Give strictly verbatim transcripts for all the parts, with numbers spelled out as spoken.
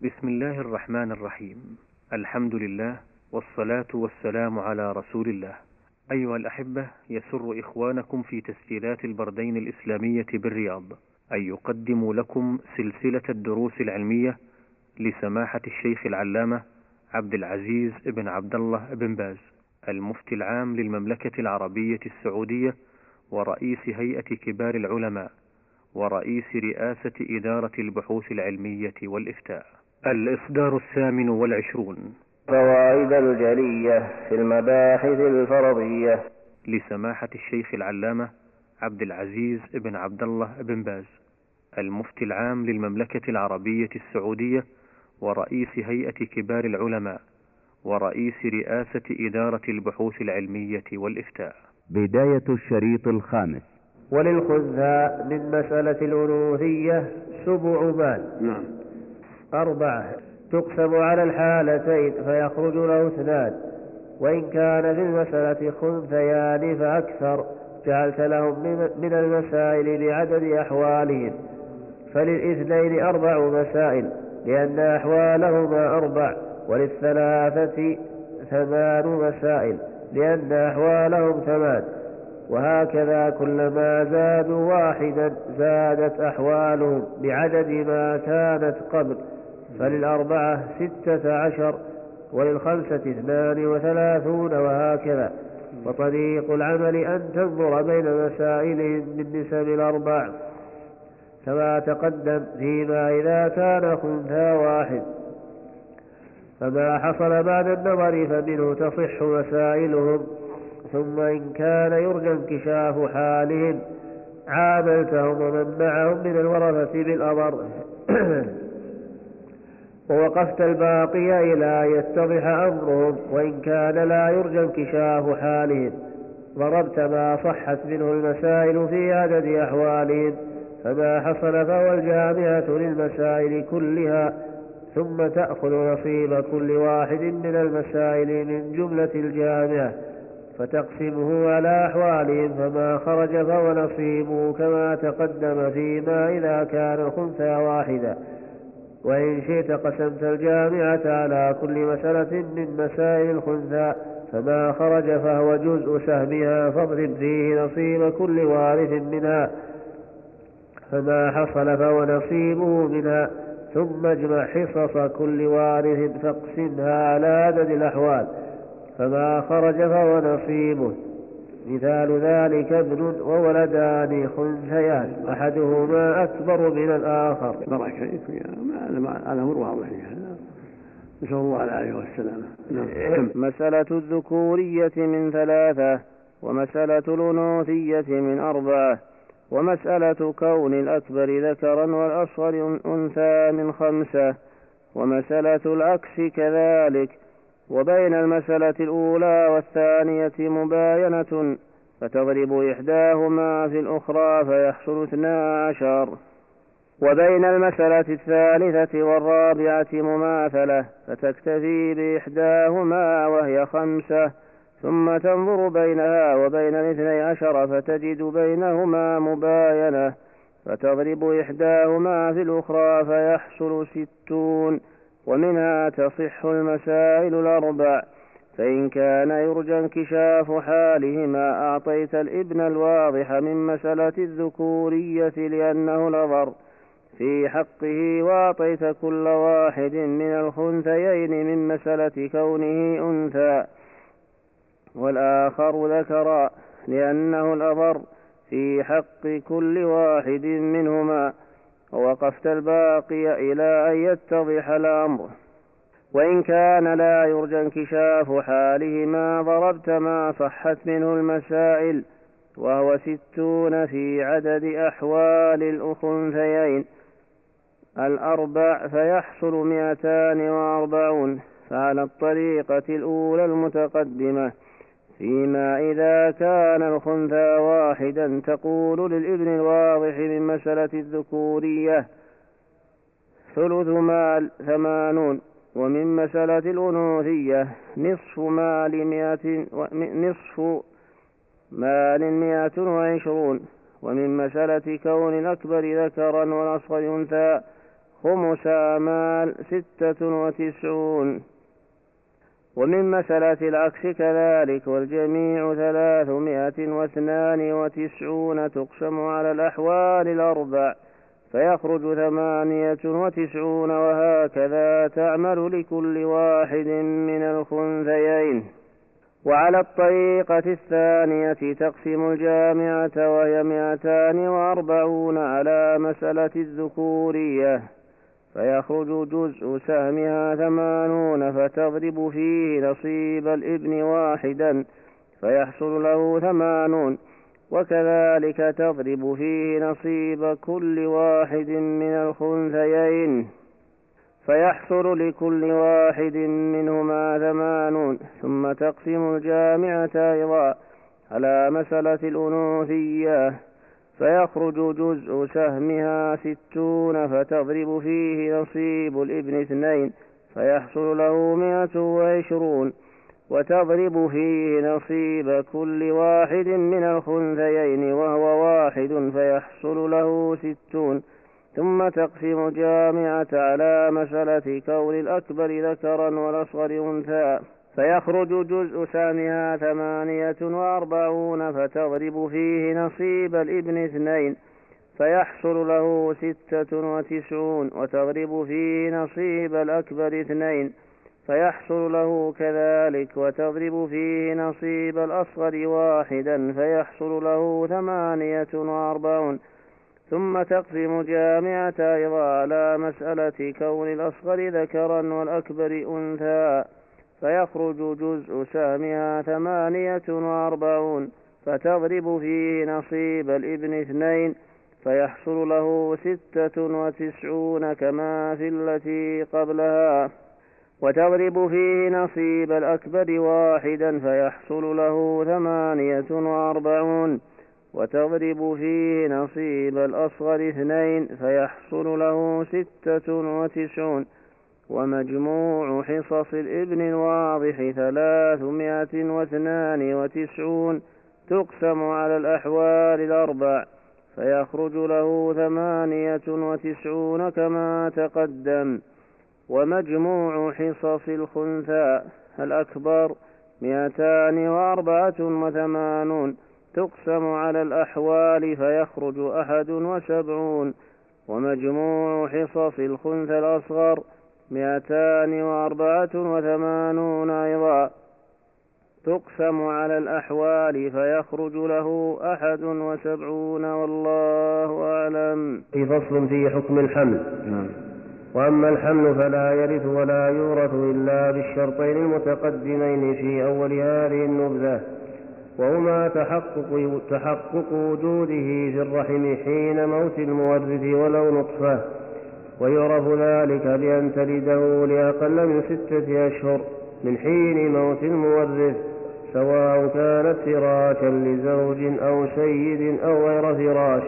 بسم الله الرحمن الرحيم. الحمد لله والصلاة والسلام على رسول الله. أيها الأحبة، يسر إخوانكم في تسجيلات البردين الإسلامية بالرياض أن يقدموا لكم سلسلة الدروس العلمية لسماحة الشيخ العلامة عبد العزيز بن عبد الله بن باز، المفتي العام للمملكة العربية السعودية ورئيس هيئة كبار العلماء ورئيس رئاسة إدارة البحوث العلمية والإفتاء. الإصدار الثامن والعشرون. فوائد الجلية في المباحث الفرضية لسماحة الشيخ العلامة عبد العزيز بن عبد الله بن باز، المفتي العام للمملكة العربية السعودية ورئيس هيئة كبار العلماء ورئيس رئاسة إدارة البحوث العلمية والإفتاء. بداية الشريط الخامس. وللخنثى من مسألة الأنوثية سبع مال. نعم. أربعة تقسم على الحالتين فيخرج له اثنان، وإن كان في المسألة خنثيان فأكثر جعلت لهم من المسائل بعدد أحوالهم. فللاثنين أربع مسائل لأن أحوالهما أربع، وللثلاثة ثمان مسائل لأن أحوالهم ثمان، وهكذا كلما زادوا واحدا زادت أحوالهم بعدد ما كانت قبل. فللأربعة ستة عشر وللخمسة اثنان وثلاثون، وهكذا. وطريق العمل أن تنظر بين مسائلهم بالنسب الأربع كما تقدم، فيما إذا كان خنثى واحد. فما حصل بعد النظر فمنه تصح مسائلهم. ثم إن كان يرجى انكشاف حالهم عاملتهم ومن معهم من الورثة بالأضر ووقفت الباقي إلى يتضح أمرهم، وإن كان لا يرجى انكشاف حالهم ضربت ما صحت منه المسائل في عدد أحوالهم. فما حصل فهو الجامعة للمسائل كلها، ثم تأخذ نصيب كل واحد من المسائل من جملة الجامعة فتقسمه على أحوالهم، فما خرج فهو نصيبه كما تقدم فيما إذا كان خنثى واحدا. وإن شئت قسمت الجامعة على كل مسألة من مسائل الخنثى، فما خرج فهو جزء سهمها فاضرب فيه نصيب كل وارث منها، فما حصل فهو نصيبه منها. ثم اجمع حصص كل وارث فاقسمها على عدد الأحوال، فما خرج فهو نصيبه. مثال ذلك ابن وولدان خنثيان أحدهما أكبر من الآخر. بارك على أمر واضح، نسأل الله العافية والسلامة. نعم. مسألة الذكورية من ثلاثة، ومسألة الأنوثية من أربعة، ومسألة كون الأكبر ذكرا والأصغر أنثى من خمسة، ومسألة العكس كذلك. وبين المسألة الأولى والثانية مباينة فتضرب إحداهما في الأخرى فيحصل اثنا عشر. وبين المسألة الثالثة والرابعة مماثلة فتكتفي بإحداهما وهي خمسة، ثم تنظر بينها وبين الاثني عشر فتجد بينهما مباينة فتضرب إحداهما في الأخرى فيحصل ستون. ومنها تصح المسائل الأربع. فإن كان يرجى انكشاف حالهما أعطيت الابن الواضح من مسألة الذكورية لأنه الأضر في حقه، وأعطيت كل واحد من الخنثيين من مسألة كونه أنثى والآخر ذكرا لأنه الأضر في حق كل واحد منهما، ووقفت الباقي إلى أن يتضح الأمر. وإن كان لا يرجى انكشاف حالهما ضربت ما صحت منه المسائل وهو ستون في عدد أحوال الأخنثيين الأربع فيحصل مئتان وأربعون. فعلى الطريقة الأولى المتقدمة، فيما إذا كان الخنثى واحدا تقول للابن الواضح من مسألة الذكورية ثلث مال ثمانون، ومن مسألة الأنوثية نصف مال مئة نصف مال مئة وعشرون، ومن مسألة كون الأكبر ذكرا والأصغر أنثى خمسا مال ستة وتسعون. ومن مسألة العكس كذلك، والجميع ثلاثمائة واثنان وتسعون تقسم على الأحوال الأربع فيخرج ثمانية وتسعون، وهكذا تعمل لكل واحد من الخنثيين. وعلى الطريقة الثانية تقسم الجامعة وهي مئتان وأربعون على مسألة الذكورية فيخرج جزء سهمها ثمانون، فتضرب فيه نصيب الابن واحدا فيحصل له ثمانون، وكذلك تضرب فيه نصيب كل واحد من الخنثيين فيحصل لكل واحد منهما ثمانون. ثم تقسم الجامعة أيضا على مسألة الأنوثية فيخرج جزء سهمها ستون، فتضرب فيه نصيب الابن اثنين فيحصل له مئة وعشرون، وتضرب فيه نصيب كل واحد من الخنثيين وهو واحد فيحصل له ستون. ثم تقسم الجامعة على مسألة كون الأكبر ذكرا والأصغر أنثى فيخرج جزء سهمها ثمانية وأربعون، فتضرب فيه نصيب الابن اثنين فيحصل له ستة وتسعون، وتضرب فيه نصيب الأكبر اثنين فيحصل له كذلك، وتضرب فيه نصيب الأصغر واحدا فيحصل له ثمانية وأربعون. ثم تقسم جامعة أيضا على مسألة كون الأصغر ذكرا والأكبر أنثى فيخرج جزء سهمها ثمانية وأربعون، فتضرب فيه نصيب الابن اثنين فيحصل له ستة وتسعون كما في التي قبلها، وتضرب فيه نصيب الأكبر واحدا فيحصل له ثمانية وأربعون، وتضرب فيه نصيب الأصغر اثنين فيحصل له ستة وتسعون. ومجموع حصص الابن الواضح ثلاثمائة واثنان وتسعون تقسم على الأحوال الأربع فيخرج له ثمانية وتسعون كما تقدم. ومجموع حصص الخنثى الأكبر مئتان وأربعة وثمانون تقسم على الأحوال فيخرج أحد وسبعون. ومجموع حصص الخنثى الأصغر مئتان وأربعة وثمانون أيضا تقسم على الأحوال فيخرج له أحد وسبعون، والله أعلم. في فصل في حكم الحمل. وأما الحمل فلا يرث ولا يورث إلا بالشرطين المتقدمين في أول هذه النبذة، وهما تحقق, تحقق وجوده في الرحم حين موت المورث ولو نطفة، ويعرف ذلك بأن تلده لأقل من ستة أشهر من حين موت المورث، سواء كانت فراشا لزوج أو سيد أو غير فراش.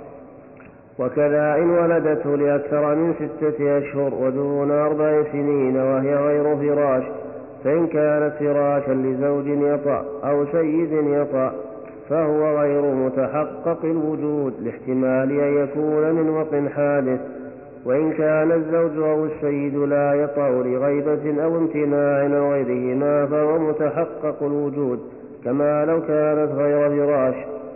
وكذا إن ولدته لأكثر من ستة أشهر ودون أربع سنين وهي غير فراش، فإن كانت فراشا لزوج يطأ أو سيد يطأ فهو غير متحقق الوجود لاحتمال أن يكون من وطن حادث. وإن كان الزوج أو السيد لا يطأ لغيبة أو امتناع أو غيرهما فهو متحقق الوجود كما لو كانت غير فراش.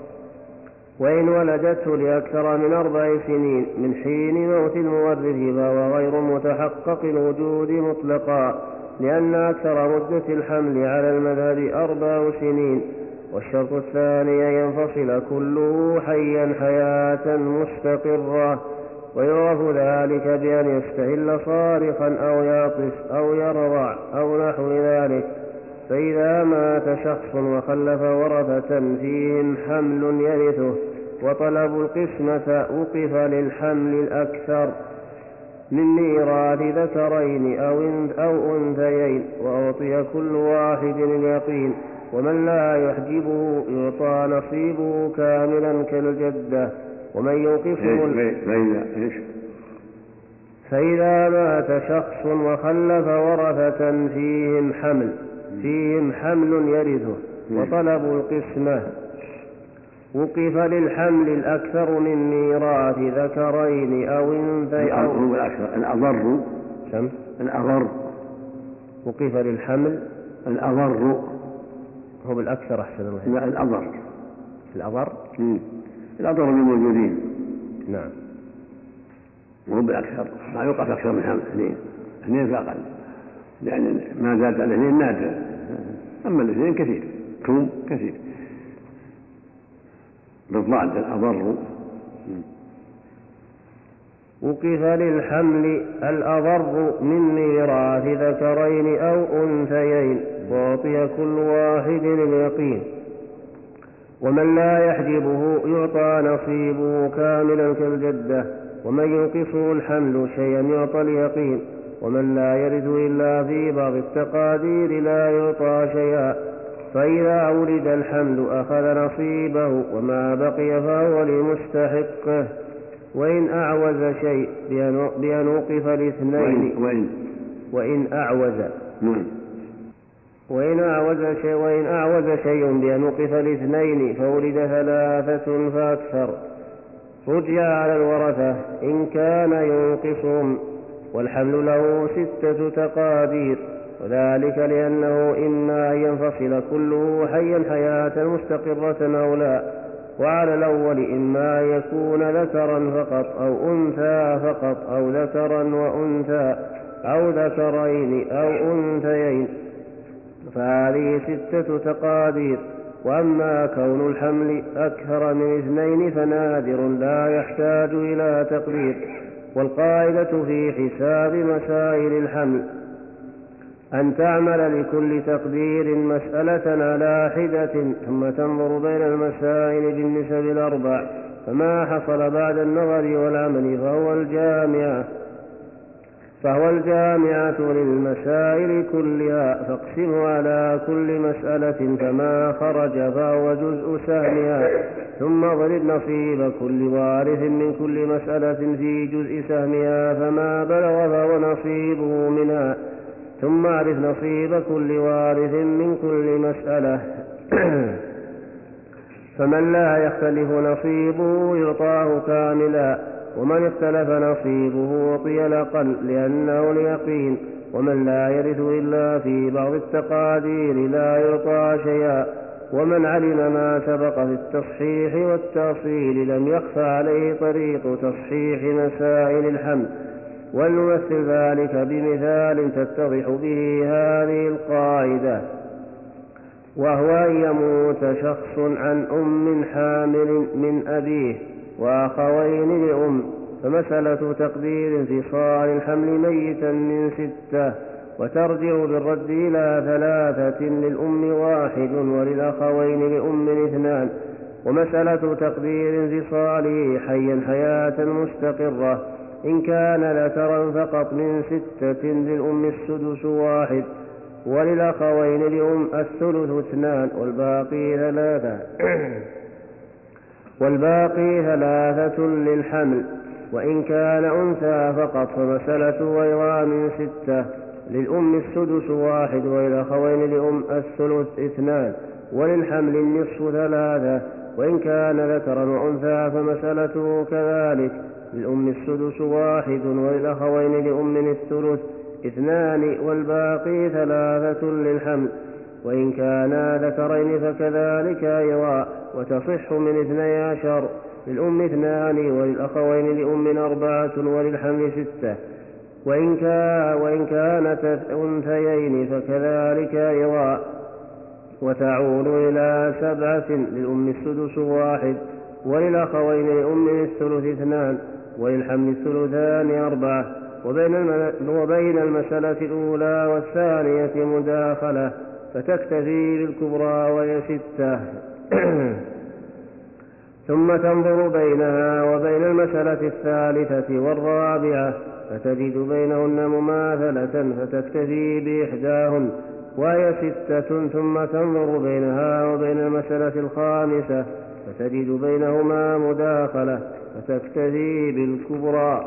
وإن ولدته لأكثر من أربع سنين من حين موت المورث فهو غير متحقق الوجود مطلقا، لأن أكثر مدة الحمل على المذهب أربع سنين. والشرط الثاني أن ينفصل كله حيا حياة مستقرة، ويعرف ذلك بأن يستهل صارخا أو يعطس أو يرضع أو نحو ذلك. فإذا مات شخص وخلف ورثة فيهم حمل يرثه وطلب القسمة وقف للحمل الأكثر من ميراث ذكرين أو أنثيين، وأعطي كل واحد اليقين. ومن لا يحجبه يعطى نصيبه كاملا كالجدة. ومن يوقفه فإذا مات شخص وخلف ورثة فيهم حمل فيهم حمل يرثه وطلب القسمة وقف للحمل الأكثر من ميراث ذكرين أو انثيين أو هو الأكثر الأضر سم الأضر وقف للحمل الأضر هو بالأكثر أحسن الله. لا الأضر الأضر الأضر بالموجودين نعم وهو بالأكثر ما يوقف أكثر من حمل اثنين اثنين فأقل لأن ما زاد على اثنين نادر أما الاثنين كثير كوم كثير بالضاد الأضر. وقف للحمل الأضر من ميراث ذكرين أو أنثيين وأعطي كل واحد اليقين ومن لا يحجبه يعطى نصيبه كاملا كالجدة ومن ينقصه الحمل شيئا يعطى اليقين ومن لا يرث إلا في بعض التقادير لا يعطى شيئا فإذا ولد الحمل أخذ نصيبه وما بقي فهو لمستحقه وإن أعوز شيء بأن وقف لاثنين وإن وإن أعوز نعم وإن أعوز شيء وإن أعوز شيء بأن وقف لاثنين فولد ثلاثة فأكثر رجع على الورثة إن كان ينقصهم والحمل له ستة تقادير وذلك لأنه إما أن ينفصل كله حيا حياة مستقرة أو لا وعلى الأول إما أن يكون ذكرا فقط أو أنثى فقط أو ذكرا وأنثى أو ذكرين أو أنثيين فهذه ستة تقادير. وأما كون الحمل أكثر من اثنين فنادر لا يحتاج إلى تقدير. والقاعدة في حساب مسائل الحمل أن تعمل لكل تقدير مسألة على حدة ثم تنظر بين المسائل بالنسب الأربع فما حصل بعد النظر والعمل فهو الجامعة فهو الجامعة للمسائل كلها فاقسم على كل مسألة فما خرج فهو جزء سهمها ثم اضرب نصيب كل وارث من كل مسألة في جزء سهمها فما بلغ فهو نصيبه منها ثم اعرف نصيب كل وارث من كل مسألة فمن لا يختلف نصيبه يعطاه كاملا ومن اختلف نصيبه أعطي الأقل لأنه اليقين ومن لا يرث إلا في بعض التقادير لا يعطى شيئا ومن علم ما سبق في التصحيح والتأصيل لم يخف عليه طريق تصحيح مسائل الحمل ولنمثل ذلك بمثال تتضح به هذه القاعدة وهو أن يموت شخص عن أم حامل من أبيه وأخوين لأم فمسألة تقدير انفصال الحمل ميتا من ستة وترجع بالرد إلى ثلاثة للأم واحد وللأخوين لأم اثنان ومسألة تقدير انفصاله حيا حياة مستقرة إن كان ذكرا فقط من ستة للأم السدس واحد وللأخوين لأم الثلث اثنان والباقي ثلاثة والباقي ثلاثة للحمل وإن كان أنثى فقط فمسألة غيرها من ستة للأم السدس واحد وللأخوين لأم الثلث اثنان وللحمل النصف ثلاثة وإن كان ذكرا وأنثى فمسألته كذلك للأم السدس واحد وللأخوين لأم الثلث اثنان والباقي ثلاثة للحمل وإن كانا ذكرين فكذلك أيضا وتصح من اثني عشر للأم اثنان وللأخوين لأم أربعة وللحمل ستة وإن, كان وإن كانت أنثيين فكذلك أيضا وتعود إلى سبعة للأم السدس واحد وللأخوين لأم الثلث اثنان وللحمل الثلثان أربعة وبين المسألة الأولى والثانية مداخلة فتكتفي بالكبرى وهي ستة ثم تنظر بينها وبين المسألة الثالثة والرابعة فتجد بينهن مماثلة فتكتفي بإحداهن وهي ستة ثم تنظر بينها وبين المسألة الخامسة فتجد بينهما مداخلة فتكتفي بالكبرى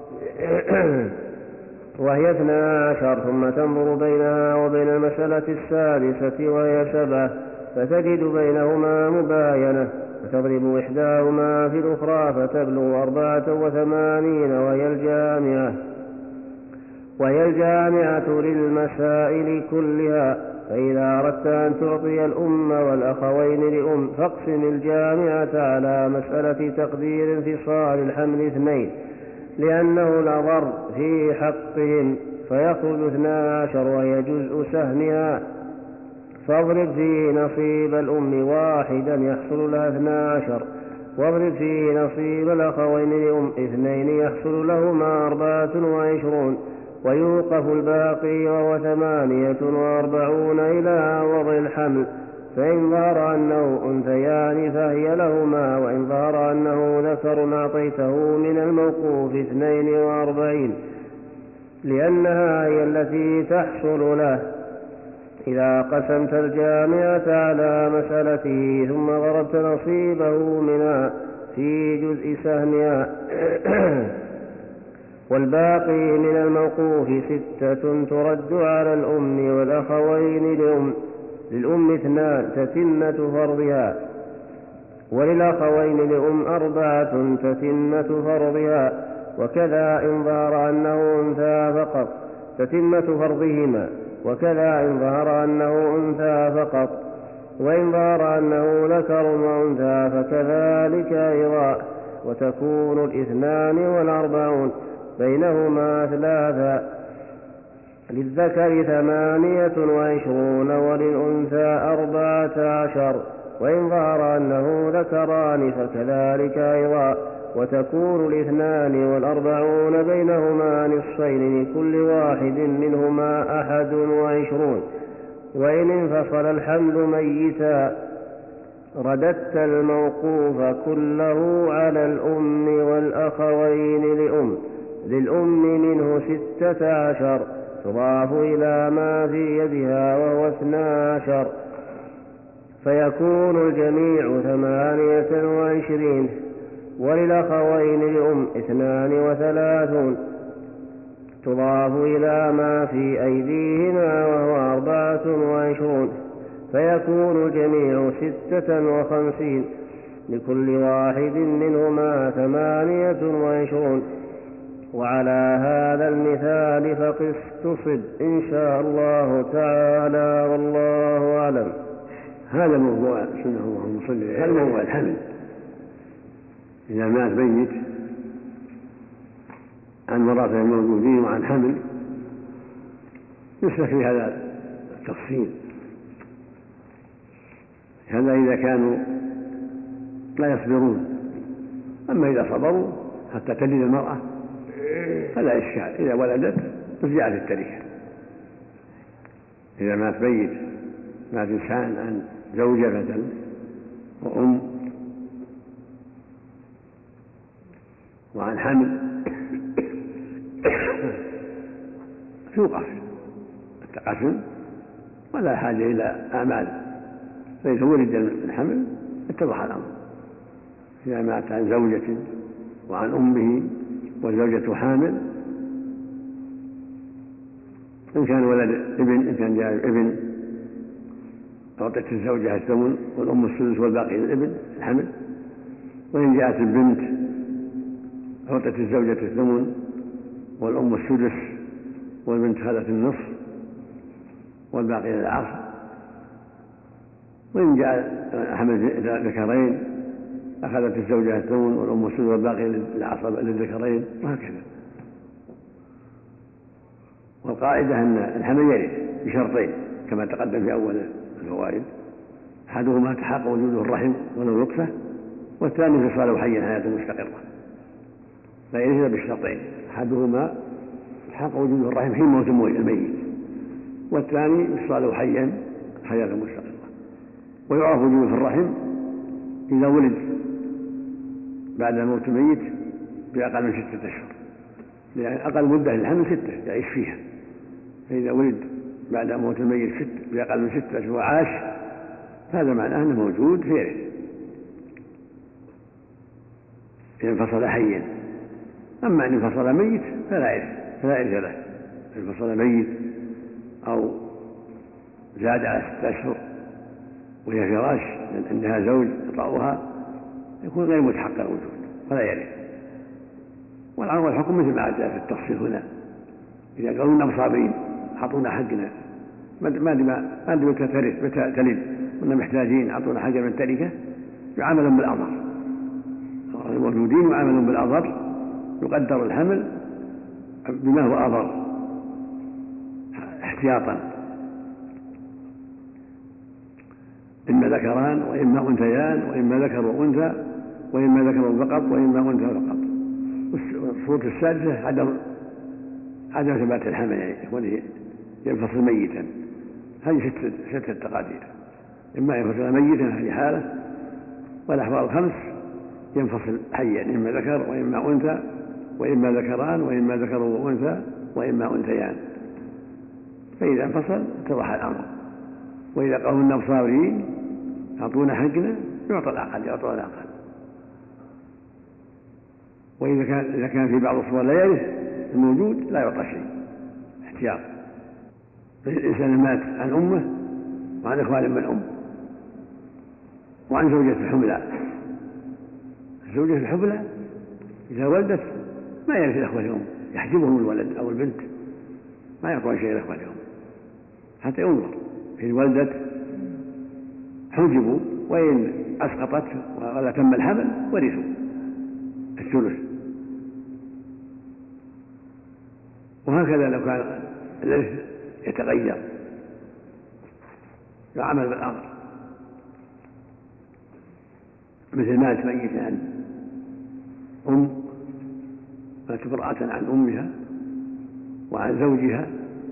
وهي اثنا عشر ثم تنظر بينها وبين المسألة السادسة وهي سبعة فتجد بينهما مباينة فتضرب إحداهما في الأخرى فتبلغ أربعة وثمانين وهي الجامعة وهي الجامعة للمسائل كلها. فإذا أردت أن تعطي الأم والأخوين لأم فاقسم الجامعة على مسألة تقدير انفصال الحمل اثنين، لأنه الأضر في حقهم، فيخرج اثنا عشر وهي جزء سهمها. فاضرب فيه نصيب الأم واحدا يحصل لها اثنا عشر، واضرب فيه نصيب الأخوين لأم اثنين يحصل لهما أربعة وعشرون، ويوقف الباقي وهو ثمانية وأربعون إلى وضع الحمل. فإن ظهر أنه أنثيان فهي لهما، وإن ظهر أنه ذكر أعطيته من الموقوف اثنين وأربعين، لأنها هي التي تحصل له. إذا قسمت الجامعة على مسألته ثم ضربت نصيبه منها في جزء سهمها والباقي من الموقوف ستة ترد على الأم والأخوين لأم للأم اثنان تتمة فرضها، وللأخوين لأم أربعة تتمة فرضها. وكذا إن ظهر أنه أنثى فقط تتمة فرضهما، وكذا إن ظهر أنه أنثى فقط، وإن ظهر أنه ذكر وأنثى فكذلك أيضا. وتكون الاثنان والأربعون بينهما ثلاثة، للذكر ثمانية وعشرون وللأنثى أربعة عشر، وإن ظهر أنه ذكران فكذلك أيضا. وتكون الاثنان والأربعون بينهما نصفين لكل واحد منهما أحد وعشرون. وإن انفصل الحمل ميتا رددت الموقوف كله على الأم والأخوين لأم للأم منه ستة عشر تضاف إلى ما في يدها وهو اثنا عشر، فيكون الجميع ثمانية وعشرين. وللأخوين لأم اثنان وثلاثون تضاف إلى ما في أيديهما وهو أربعة وعشرون، فيكون الجميع ستة وخمسين. لكل واحد منهما ثمانية وعشرون. وعلى هذا المثال فقس تصب إن شاء الله تعالى، والله أعلم. هذا موضوع سنة اللهم صل عليه، هذا موضوع الحمل. إذا مات ميت عن مرافع الموجودين وعن حمل يسلك في هذا التفصيل. هذا إذا كانوا لا يصبرون، أما إذا صبروا حتى تلد المرأة فلا إشكال، إذا ولدت رجعت التركة. إذا مات ميت مات إنسان عن زوجة مثلا وأم وعن حمل يوقف التقسم ولا حاجة إلى أعمال، فإذا ولد الحمل اتضح الأمر. إذا مات عن زوجة وعن أمه والزوجة حامل، إن كان ولد ابن إن كان جاء ابن أعطت الزوجة الثمن والأم السدس والباقي للابن الحمل. وإن جاءت البنت أعطت الزوجة الثمن والأم السدس والبنت خذت النصف والباقي للعصر. وإن جاء حمل ذكرين أخذت الزوجة الثمن والأم السدس والباقي للعصر للذكرين، وهكذا. والقاعدة أن الحمل يرث بشرطين كما تقدم في أول الفوائد: أحدهما تحقق وجوده الرحم ولو نطفة، والثاني فصاله حيا حياة مستقرة. لا يرث بالشرطين: أحدهما تحقق وجوده الرحم حين موت الميت، والثاني فصاله حيا حياة مستقرة. ويعرف وجوده في الرحم إذا ولد بعد موت الميت بأقل من ستة أشهر، لأن أقل مدة للحمل ستة يعيش فيها. فإذا ولد بعد موت الميت ست بأقل من ستة أشهر وعاش، هذا معناه أنه موجود في يرث. إذا انفصل حيا. أما إن انفصل ميت فلا يرث فلا يرث له. إن انفصل ميت أو زاد على ستة أشهر وهي فراش عندها زوج يطأها يكون غير متحقق الوجود ولا يرث. والحكم مثل ما جاء في التفصيل هنا، إذا قالوا إنهم صابرين أعطونا حقنا، ما ما أدري متى ترث متى تلد، وإننا محتاجين أعطونا حقنا من التركة، يعامل بالأضر. الموجودين يعاملون بالأضر، يقدر الحمل بما هو أضر احتياطا، إما ذكران وإما أنثيان وإما ذكر وأنثى وإما ذكر فقط وإما أنثى فقط. والصورة السادسة عدم عدم ثبات الحمل، يعني يكون ينفصل ميتا. هذه ستة تقادير، إما ينفصل ميتا هذه حالة، والأحوال الخمس ينفصل حيا، إما ذكر وإما أنثى وإما ذكران وإما ذكر وأنثى وإما أنثيان. فإذا انفصل اتضح الأمر. وإذا قالوا إنهم صابرين أعطونا حقنا، يعطى الأقل يعطى الأقل. وإذا كان إذا كان في بعض الصور لا يرث الموجود لا يعطى شيء احتياط. الإنسان مات عن أمه وعن إخوان من أم وعن زوجة الحملى. زوجة الحملى إذا ولدت ما يرث الأخوة الأم، يحجبهم الولد أو البنت، ما يعطون شيء الأخوة الأم حتى ينظر. إن ولدت حجبوا، وإن أسقطت ولا تم الحمل ورثوا الثلث. وهكذا لو كان الإرث يتغير يعمل بالأمر، مثل مات ميت عن أم، مات امرأة عن أمها وعن زوجها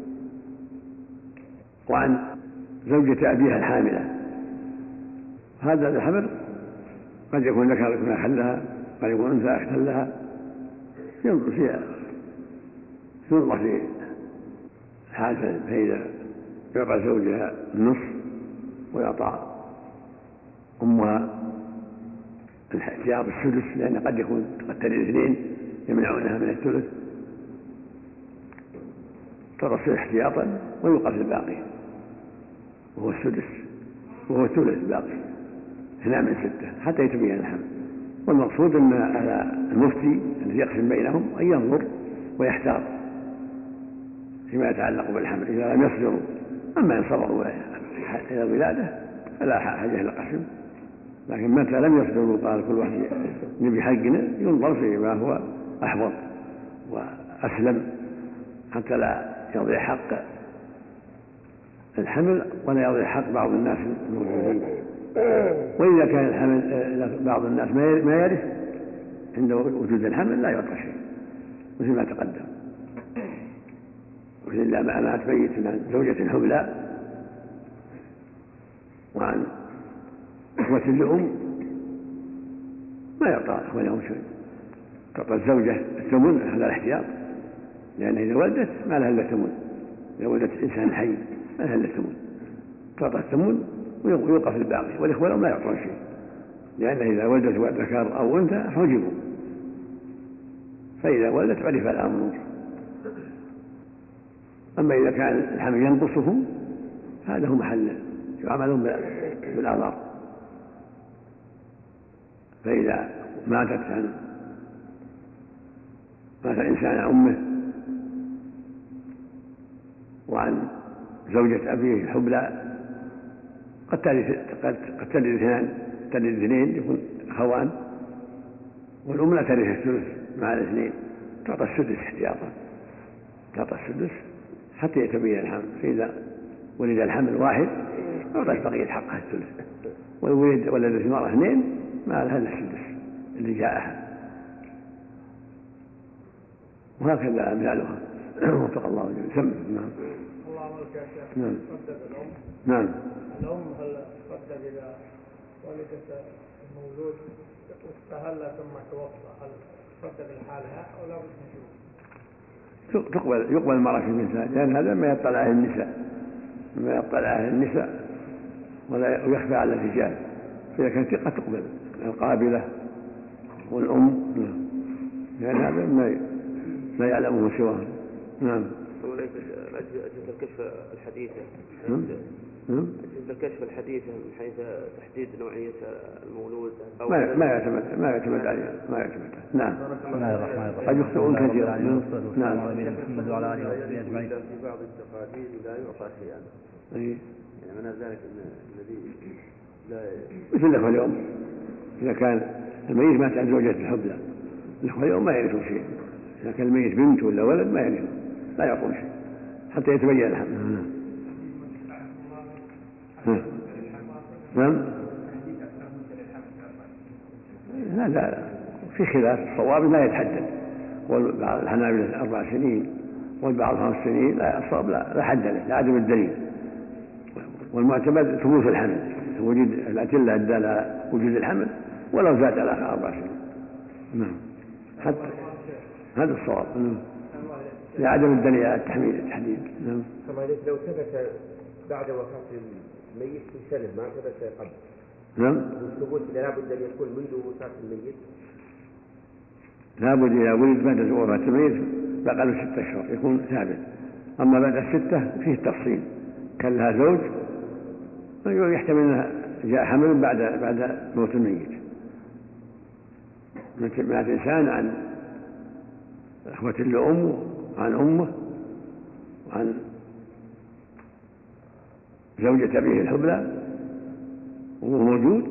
وعن زوجة أبيها الحاملة. هذا الحمل قد يكون ذكر يكون أخا لها، قد يكون أنثى أخا لها، ينظر فيها ينظر في حالة. فإذا يعطى زوجها النصف ويعطى أمها الاحتياط السدس، لأن قد يكون قد تلد اثنين يمنعونها من الثلث، تصير احتياطا ويوقف الباقي وهو السدس وهو الثلث الباقي اثنان من ستة حتى يتبين الحمل. والمقصود أن على المفتي الذي يقسم بينهم أن ينظر ويحتاط فيما يتعلق بالحمل إذا لم يصبروا. أما إن صبروا إلى الولادة فلا حاجة إلى القسم، لكن متى لم يصبروا قال كل واحد نبي حقنا، ينظر فيما هو أحوط وأسلم حتى لا يضيع حق الحمل ولا يضيع حق بعض الناس الموجودين. وإذا كان الحمل بعض الناس ما يرث عند وجود الحمل لا يعطى شيء مثل ما تقدم. وإلا ما مات ميت عن زوجة حبلى وعن إخوة لأم ما يعطى إخوة لهم شيء، تعطى الزوجة الثمن هذا الاحتياط، لأن إذا ولدت ما لها إلا الثمن، إذا ولدت إنسان حي ما لها إلا الثمن، تعطى الثمن ويوقف الباقي. والإخوة لهم لا يعطون شيء، لأن إذا ولدت ذكر أو أنثى حجبوا، فإذا ولدت عرف الأمر. أما إذا كان الحمل ينقصهم هذا هو محل يعملون بالأضرار. فإذا ماتت عن مات الإنسان عن أمه وعن زوجة أبيه الحبلى قد تلد اثنان تلد اثنين يكون أخوان، والأم لا ترث الثلث مع الاثنين، تعطى السدس احتياطا، تعطى السدس حتى يتبين الحمل. فإذا ولد الحمل واحد أعطى بقية حقها الثلث، وولد ولدت المرأة اثنين ما لها إلا السدس اللي جاءها. وهكذا أمثالها. وفق الله جل سم. نعم. الله أمرك يا شيخ. نعم. صدق الأم. نعم. الأم هل صدق إذا ولدت المولود واستهل ثم توفى هل صدق الحالة أو لا بد نشوف؟ تقبل يقبل المرأة في النساء، لأن هذا ما يطلع عليه النساء ما يطلع عليه النساء ولا يخفى على الرجال، فإذا كانت ثقة تقبل القابلة والأم، لأن هذا ما لا يعلمه سواه. نعم. أجهزة الكشف الحديثة نعم نعم أجهزة الكشف الحديثة من حيث تحديد نوعية المولود أو ما ما يعتمد ما يعتمد عليه ما يعتمد عليه. نعم. بسم الله الرحمن الرحيم. قد يخطئون كثيرا. نعم. محمد وعلى آله وصحبه أجمعين. في بعض التقاليد لا يعطى شيئا. أي. يعني من ذلك أن الذي لا مثل الأخوة اليوم إذا كان الميت مات عن زوجة الحبلى الأخوة اليوم ما يعرفون شيء. إذا كان الميت بنت ولا ولد ما يعرفون لا يعطون شيء حتى يتبين الحمل. نعم. نعم. لا لا في خلاف الصواب لا يتحدد والبعض الحنابلة أربع سنين والبعض خمس سنين لا الصواب لا لا حد له لعدم الدليل والمعتمد ثبوت الحمل وجود الأدلة أدى على وجود الحمل ولو زاد على أربع سنين. نعم حتى هذا الصواب لعدم الدليل على التحميل التحديد. نعم. لو ثبت بعد وفاة الميت بسنة ما ثبت قبل. نعم. الثبوت لابد أن يكون منذ وفاة الميت. لابد إذا ولد بعد وفاة الميت بقى ستة أشهر يكون ثابت. أما بعد الستة فيه تفصيل كان لها زوج يحتمل أنها جاء حمل بعد بعد موت الميت. مات إنسان عن أخوة لأمه عن أمه وعن زوجة أبيه الحبلى وهو موجود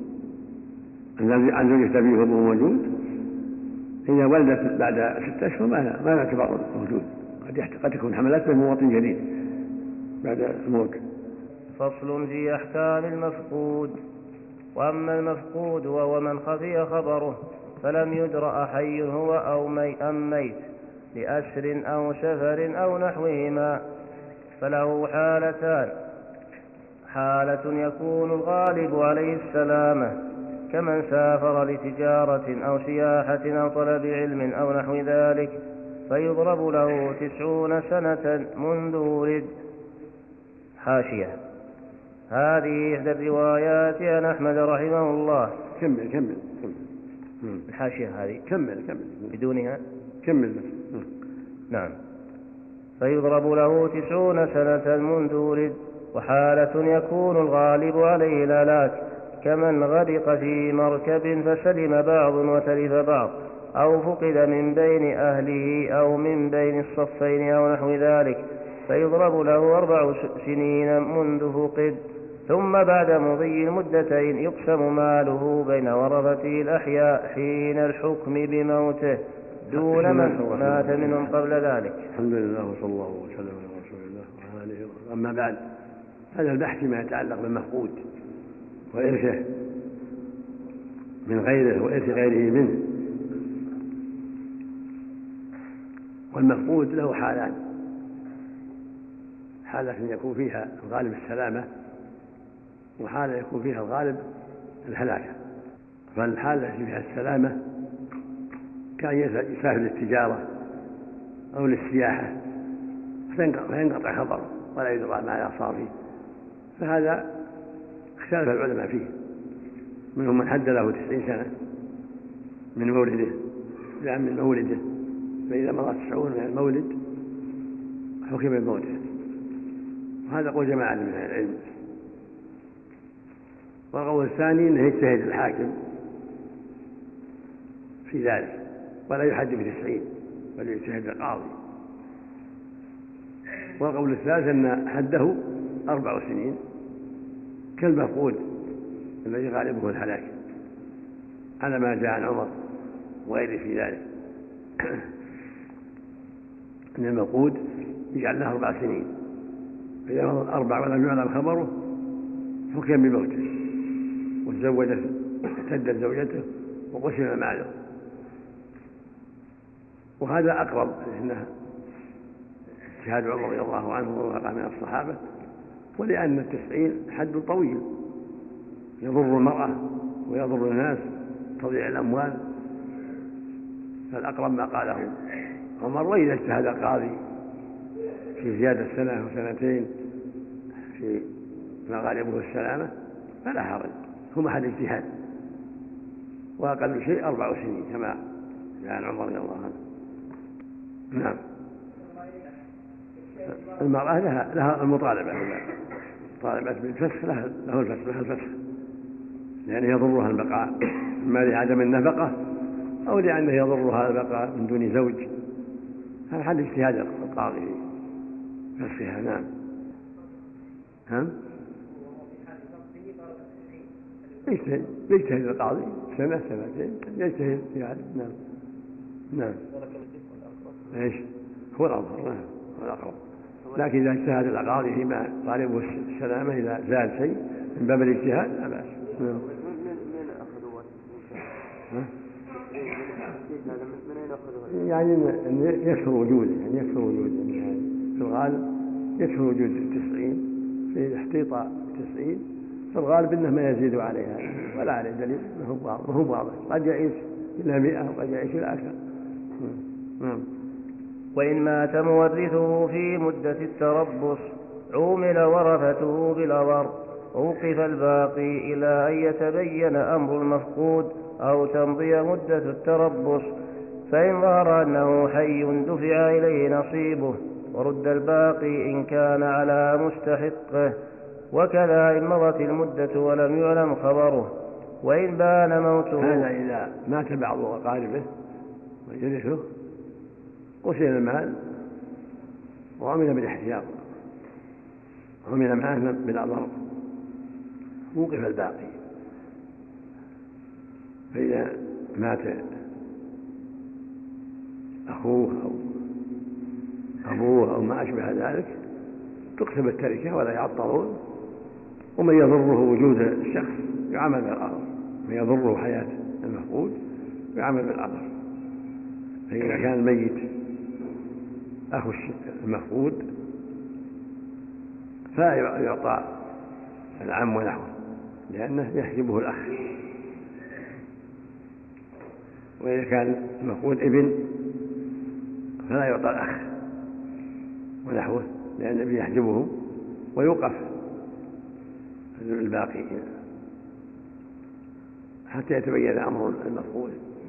عن زوجة أبيه وهو موجود. إذا ولدت بعد ستة أشهر ما ما يعتبر موجود قد قد تكون حملات من مواطن جديد بعد الموت. فصل في أحكام المفقود. وأما المفقود وهو من خفي خبره فلم يدرأ حي هو أو مي أم ميت لأسر أو سفر أو نحوهما فله حالتان: حالة يكون الغالب عليه السلامة كمن سافر لتجارة أو سياحة أو طلب علم أو نحو ذلك فيضرب له تسعون سنة منذ ولد. حاشية: هذه إحدى الروايات عن أحمد رحمه الله. كمل كمل الحاشية هذه كمل كمل بدونها كمل. نعم. فيضرب له تسعون سنة منذ ولد. وحالة يكون الغالب عليه الهلاك كمن غرق في مركب فسلم بعض وتلف بعض أو فقد من بين أهله أو من بين الصفين أو نحو ذلك فيضرب له أربع سنين منذ فقد. ثم بعد مضي المدتين يقسم ماله بين ورثته الأحياء حين الحكم بموته دون من مات منهم قبل ذلك. الحمد لله وصلى الله وسلم على رسول الله وعلى آله وصحبه. أما بعد هذا البحث فيما يتعلق بالمفقود وإرثه من غيره وإرث غيره منه. والمفقود له حالان: حالة يكون فيها الغالب السلامة وحالة يكون فيها الغالب الهلاكة. فالحالة التي فيها السلامة كان يسافر للتجارة أو للسياحة فينقطع خبره ولا يدرى ما صار فيه، فهذا اختلف العلماء فيه. منهم من حد له تسعين سنة من مولده إلى من مولده، فإذا مضى تسعون من المولد حكم بموته، وهذا قول جماعة من أهل العلم. والقول الثاني أنه يجتهد الحاكم في ذلك ولا يحد بتسعين بل يجتهد القاضي. والقول الثالث أن حده أربع سنين كالمفقود الذي غالبه الهلاك على ما جاء عن عمر وغيره في ذلك، أن المفقود يجعل له أربع سنين، فإذا مضى أربع ولم يعلم خبره حكم بموته وتزوجت اعتدت زوجته وقسم ماله. وهذا أقرب لأنه اجتهاد عمر رضي الله عنه وغيره من الصحابة، ولأن التسعين حد طويل يضر المرأة ويضر الناس تضيع الأموال، فالأقرب ما قاله عمر. وإذا اجتهد القاضي في زيادة سنة أو سنتين في ما غالبه السلامة فلا حرج، هو محل اجتهاد، وأقل شيء أربع سنين كما جاء عن عمر رضي الله عنه. نعم. المرأة لها, لها المطالبة إذا طالبت بالفسخ لها له الفسخ لها الفسخ لأنه يضرها البقاء إما لعدم النفقة أو لأنه يضرها البقاء من دون زوج. هذا حد اجتهاد القاضي في فسخها. نعم. ها؟ يجتهد يجتهد القاضي سنة سنتين يجتهد في هذا. نعم. نعم. ايش هو الأظهر. نعم هو الأقرب. لكن إذا اجتهد القاضي فيما طالبه السلامة إذا زال شيء من باب الاجتهاد لا بأس. نعم. يعني يكثر وجوده يعني يكثر وجوده يعني في الغالب يكثر وجود التسعين في احتياط تسعين في الغالب انه ما يزيد عليها ولا عليه دليل ما هو واضح قد يعيش الى مئة وقد يعيش الى اكثر. نعم. وإن مات مورثه في مدة التربص عومل ورثته بالأضر ووقف الباقي إلى أن يتبين أمر المفقود أو تمضي مدة التربص. فإن ظهر أنه حي دفع إليه نصيبه ورد الباقي إن كان على مستحقه. وكذا إن مضت المدة ولم يعلم خبره. وإن بان موته هذا إذا مات بعض أقاربه ويرثه قسم المال وعمل بالاحتياط عمل معه بالأضر ووقف الباقي. فإذا مات أخوه أو أبوه أو ما أشبه ذلك تقسم التركة ولا يعطلون. ومن يضره وجود الشخص يعمل بالأضر من يضره حياة المفقود يعمل بالأضر. فإذا كان الميت أخو المفقود فلا يعطى العم ونحوه لأنه يحجبه الأخ. وإذا كان المفقود ابن فلا يعطى الأخ ونحوه لأن الابن يحجبه ويوقف الباقي حتى يتبين أمر المفقود.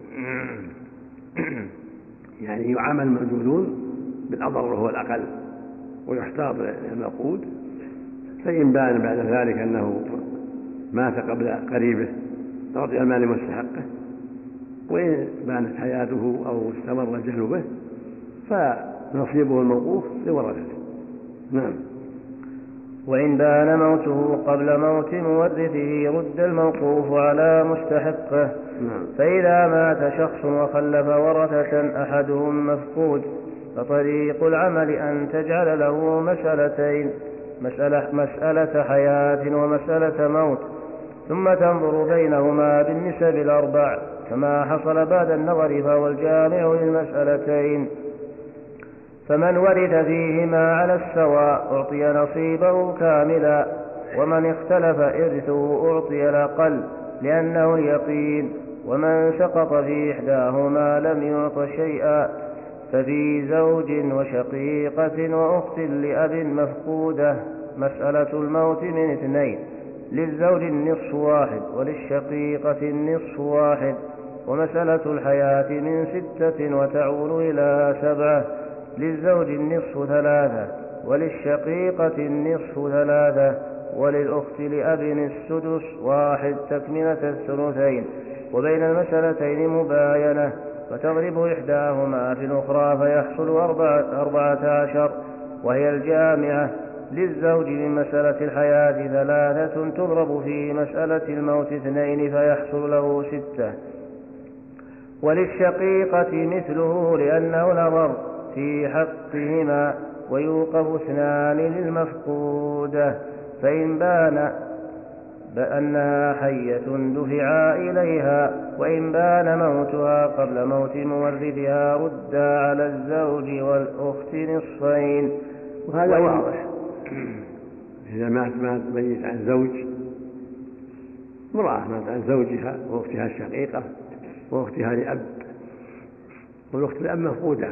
يعني يعامل الموجودون بالأضر وهو الأقل ويحتاط للمفقود. فإن بان بعد ذلك أنه مات قبل قريبه أعطي المال لمستحقه. وإن بانت حياته أو استمر الجهل به فنصيبه الموقوف لورثته. نعم. وإن بان موته قبل موت مورثه رد الموقوف على مستحقه. نعم. فإذا مات شخص وخلف ورثة أحدهم مفقود فطريق العمل أن تجعل له مسألتين مسألة, مسألة حياة ومسألة موت ثم تنظر بينهما بالنسب الأربع كما حصل بعد النظر فهو الجامع للمسألتين. فمن ورث فيهما على السواء أعطي نصيبه كاملا ومن اختلف إرثه أعطي الأقل لأنه اليقين. ومن سقط في إحداهما لم يعط شيئا. ففي زوج وشقيقة وأخت لأب مفقودة مسألة الموت من اثنين للزوج النصف واحد وللشقيقة النصف واحد. ومسألة الحياة من ستة وتعول إلى سبعة للزوج النصف ثلاثة وللشقيقة النصف ثلاثة وللأخت لأب السدس واحد تكملة الثلثين. وبين المسألتين مباينة فتضرب إحداهما في الأخرى فيحصل أربعة, أربعة عشر وهي الجامعة. للزوج من مسألة الحياة ثلاثة تضرب في مسألة الموت اثنين فيحصل له ستة. وللشقيقة مثله لأنه الأمر في حقهما ويوقف اثنان للمفقودة. فإن بان بأنها حية دفعا إليها وإن بان موتها قبل موت مورثها ردا على الزوج والأخت نصفين. وهذا واضح. إذا مات مات ميت عن زوج امرأة مات عن زوجها وأختها الشقيقة وأختها لأب والأخت لأب مفقودة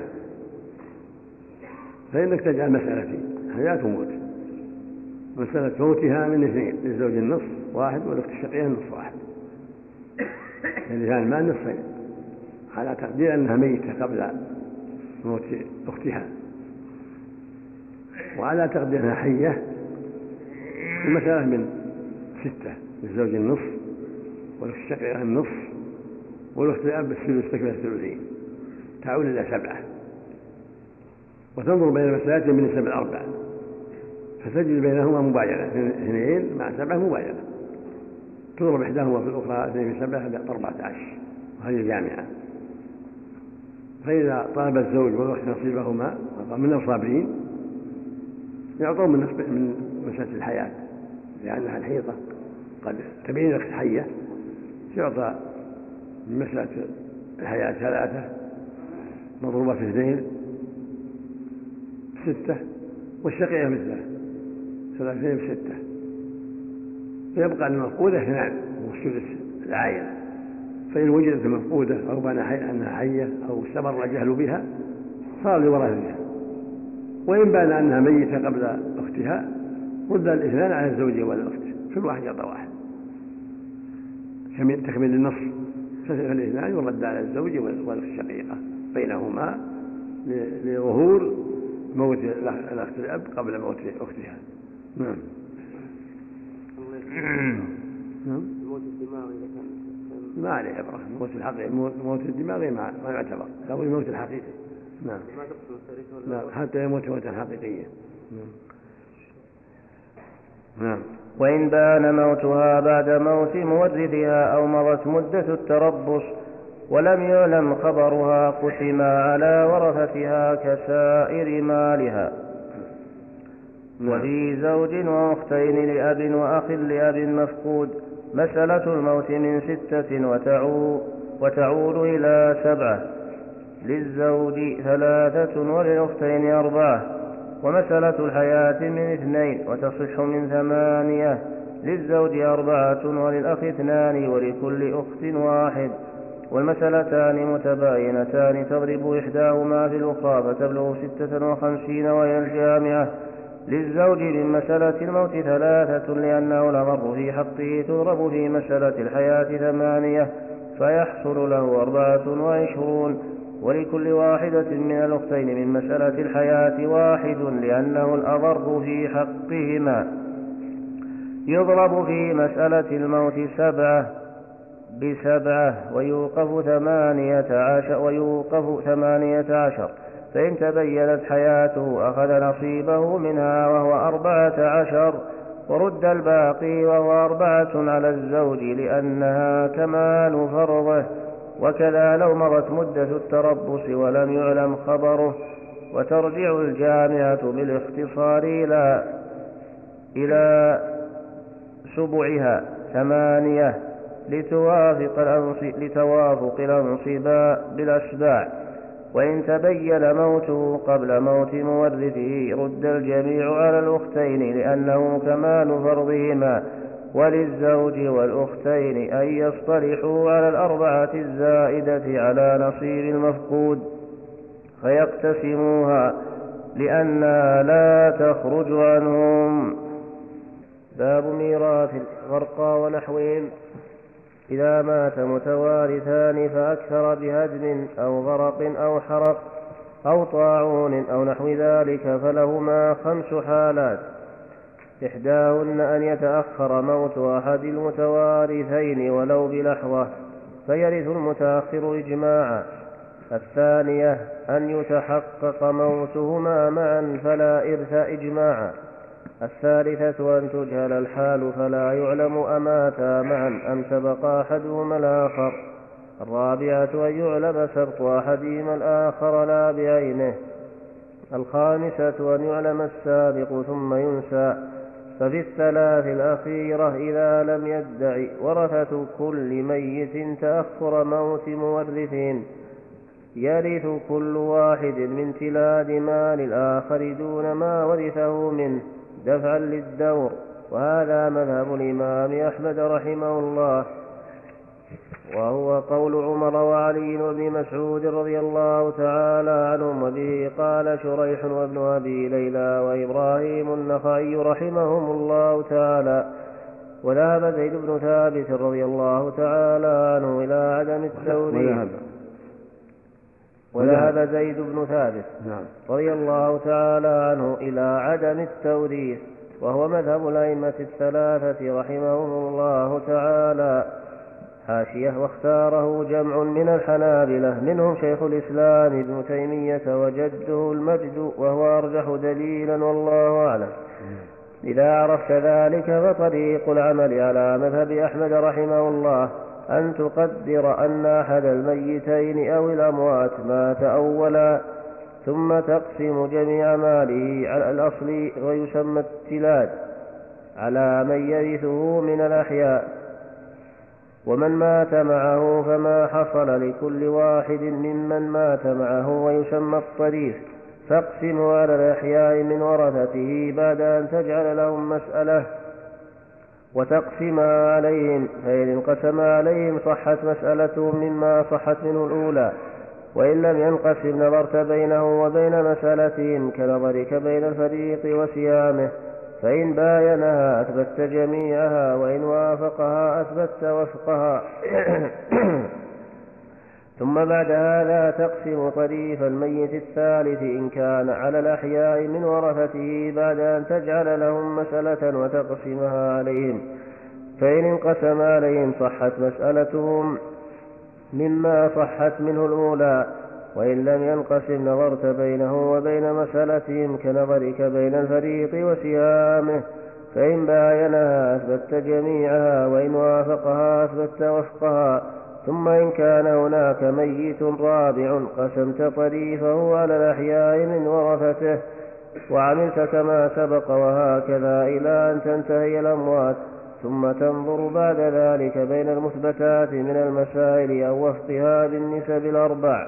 فإنك تجعل مسألتين حياة وموت. مسألة موتها من اثنين للزوج النصف واحد والأخت الشقيقة النصف واحد يعني كان المال نصفين على تقدير أنها ميتة قبل موت أختها. وعلى تقديرها حية المسألة من ستة، للزوج النصف والأخت الشقيقة النصف والأخت الأب الثلث تكمل الثلثين، تعود إلى سبعة. وتنظر بين المسألات من السبع الأربع فتجد بينهما مباينة، اثنين مع سبعة مباينة، تضرب إحداهما في الأخرى اثنين في سبعة أربعة عشر، وهذه جامعة. فإذا طلب الزوج والأخت نصيبهما من الصابرين يعطون من مسألة الحياة، لأنها الحيطة قد تبين الأخت حية يعطى من مسألة الحياة ثلاثة مضروبة في اثنين ستة، والشقيقة مثله ثلاثين في ستة، فيبقى المفقودة اثنان والثلث العائلة. فإن وجدت المفقودة أو بان أنها حية أو استمر الجهل بها صار لورثتها، وإن بان أنها ميتة قبل أختها رد الاثنان على الزوج والأخت، كل واحد يعطى واحد، تكمل النص، فالاثنان يرد على الزوج والأخت الشقيقة بينهما لظهور موت الأخت الأب قبل موت أختها. نعم. نعم. الموت الدماغي إذا كان ما عليه عبرة، موت الحقيقي، موت الدماغي ما ما يعتبر، لابد الموت الحقيقي. نعم. ما تقصد الثالث ولا؟ لا، حتى يموت موتا حقيقية. نعم. نعم. وإن بان موتها بعد موت مورثها أو مضت مدة التربص ولم يعلم خبرها قسم على ورثتها كسائر مالها. وفي زوج وأختين لأب وأخ لأب مفقود مسألة الموت من ستة وتعود, وتعود إلى سبعة، للزوج ثلاثة وللأختين أربعة، ومسألة الحياة من اثنين وتصح من ثمانية، للزوج أربعة وللأخ اثنان ولكل أخت واحد، والمسألتان متباينتان تضرب إحداهما في الأخرى فتبلغ ستة وخمسين وهي الجامعة. للزوج من مسألة الموت ثلاثة لأنه الأضر في حقه، تضرب في مسألة الحياة ثمانية فيحصل له أربعة وعشرون، ولكل واحدة من الأختين من مسألة الحياة واحد لأنه الأضر في حقهما. يضرب في مسألة الموت سبعة بسبعة ويوقف ثمانية عشر, ويوقف ثمانية عشر، فإن تبينت حياته أخذ نصيبه منها وهو أربعة عشر، ورد الباقي وهو أربعة على الزوج لأنها كمال فرضه. وكذا لو مرت مدة التربص ولم يعلم خبره. وترجع الجامعة بالاختصار إلى إلى سبعها ثمانية لتوافق لتوافق الأنصباء بالأسباع. وإن تبين موته قبل موت مورثه رد الجميع على الأختين لأنه كمال فرضهما، وللزوج والأختين أن يصطلحوا على الأربعة الزائدة على نصيب المفقود فيقتسموها لأنها لا تخرج عنهم. باب ميراث الغرقى ونحوهم. إذا مات متوارثان فأكثر بهدم أو غرق أو حرق أو طاعون أو نحو ذلك فلهما خمس حالات، إحداهن أن يتأخر موت أحد المتوارثين ولو بلحظة فيرث المتأخر إجماعا. الثانية أن يتحقق موتهما معا فلا إرث إجماعا. الثالثة أن تجهل الحال فلا يعلم أماتا معا أم سبق أحدهما الآخر. الرابعة أن يعلم سبق أحدهما الآخر لا بعينه. الخامسة أن يعلم السابق ثم ينسى. ففي الثلاث الأخيرة إذا لم يدع ورثة كل ميت تأخر موت مورثين يرث كل واحد من تلاد مال الآخر دون ما ورثه منه دفعا للدور. وهذا مذهب الإمام أحمد رحمه الله، وهو قول عمر وعلي وابن مسعود رضي الله تعالى عنهم، وبه قال شريح وابن أبي ليلى وإبراهيم النخعي رحمهم الله تعالى. وذهب زيد بن ثابت رضي الله تعالى عنه إلى عدم التوريث وذهب زيد بن ثابت نعم. رضي الله تعالى عنه إلى عدم التوريث، وهو مذهب الأئمة الثلاثة رحمهم الله تعالى. حاشية: واختاره جمع من الحنابلة منهم شيخ الإسلام ابن تيمية وجده المجد، وهو أرجح دليلا والله أعلم. إذا عرفت ذلك فطريق العمل على مذهب أحمد رحمه الله أن تقدر أن أحد الميتين أو الأموات مات أولا، ثم تقسم جميع ماله على الأصل ويسمى التلاد على من يرثه من الأحياء، ومن مات معه فما حصل لكل واحد ممن مات معه ويسمى الطريف، فاقسم على الأحياء من ورثته بعد أن تجعل لهم مسألة وتقسم عليهم، فإن انقسم عليهم صحت مسألتهم مما صحت منه الأولى، وإن لم ينقسم نظرت بينه وبين مسألتهم كنظرك بين الفريق وسيامه، فإن باينها أثبت جميعها، وإن وافقها أثبت وفقها. ثم بعد هذا تقسم طريف الميت الثالث إن كان على الأحياء من ورثته بعد أن تجعل لهم مسألة وتقسمها عليهم، فإن انقسم عليهم صحت مسألتهم مما صحت منه الأولى، وإن لم ينقسم نظرت بينه وبين مسألتهم كنظرك بين الفريق وسهامه، فإن باينها أثبت جميعها، وإن وافقها أثبت وفقها. ثم إن كان هناك ميت رابع قسمت طريفه على الأحياء من ورثته، وعملت كما سبق، وهكذا إلى أن تنتهي الأموات، ثم تنظر بعد ذلك بين المثبتات من المسائل أو وفقها بالنسب الأربع،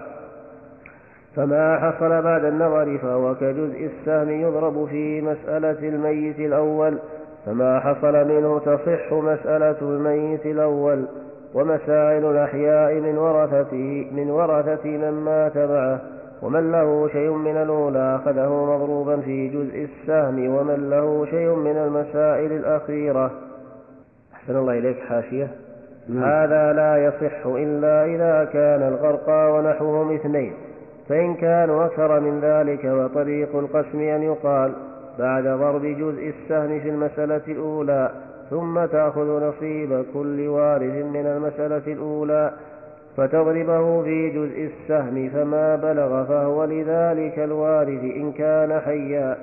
فما حصل بعد النظر فهو كجزء السهم يضرب في مسألة الميت الأول، فما حصل منه تصح مسألة الميت الأول. ومسائل الأحياء من ورثته من ورثة من مات معه، ومن له شيء من الأولى أخذه مضروبا في جزء السهم، ومن له شيء من المسائل الأخيرة. أحسن الله إليك. حاشية: هذا لا يصح إلا إذا كان الغرقى ونحوهم اثنين، فإن كانوا أكثر من ذلك وطريق القسم أن يقال بعد ضرب جزء السهم في المسألة الأولى ثم تأخذ نصيب كل وارث من المسألة الأولى فتضربه في جزء السهم، فما بلغ فهو لذلك الوارث إن كان حيا،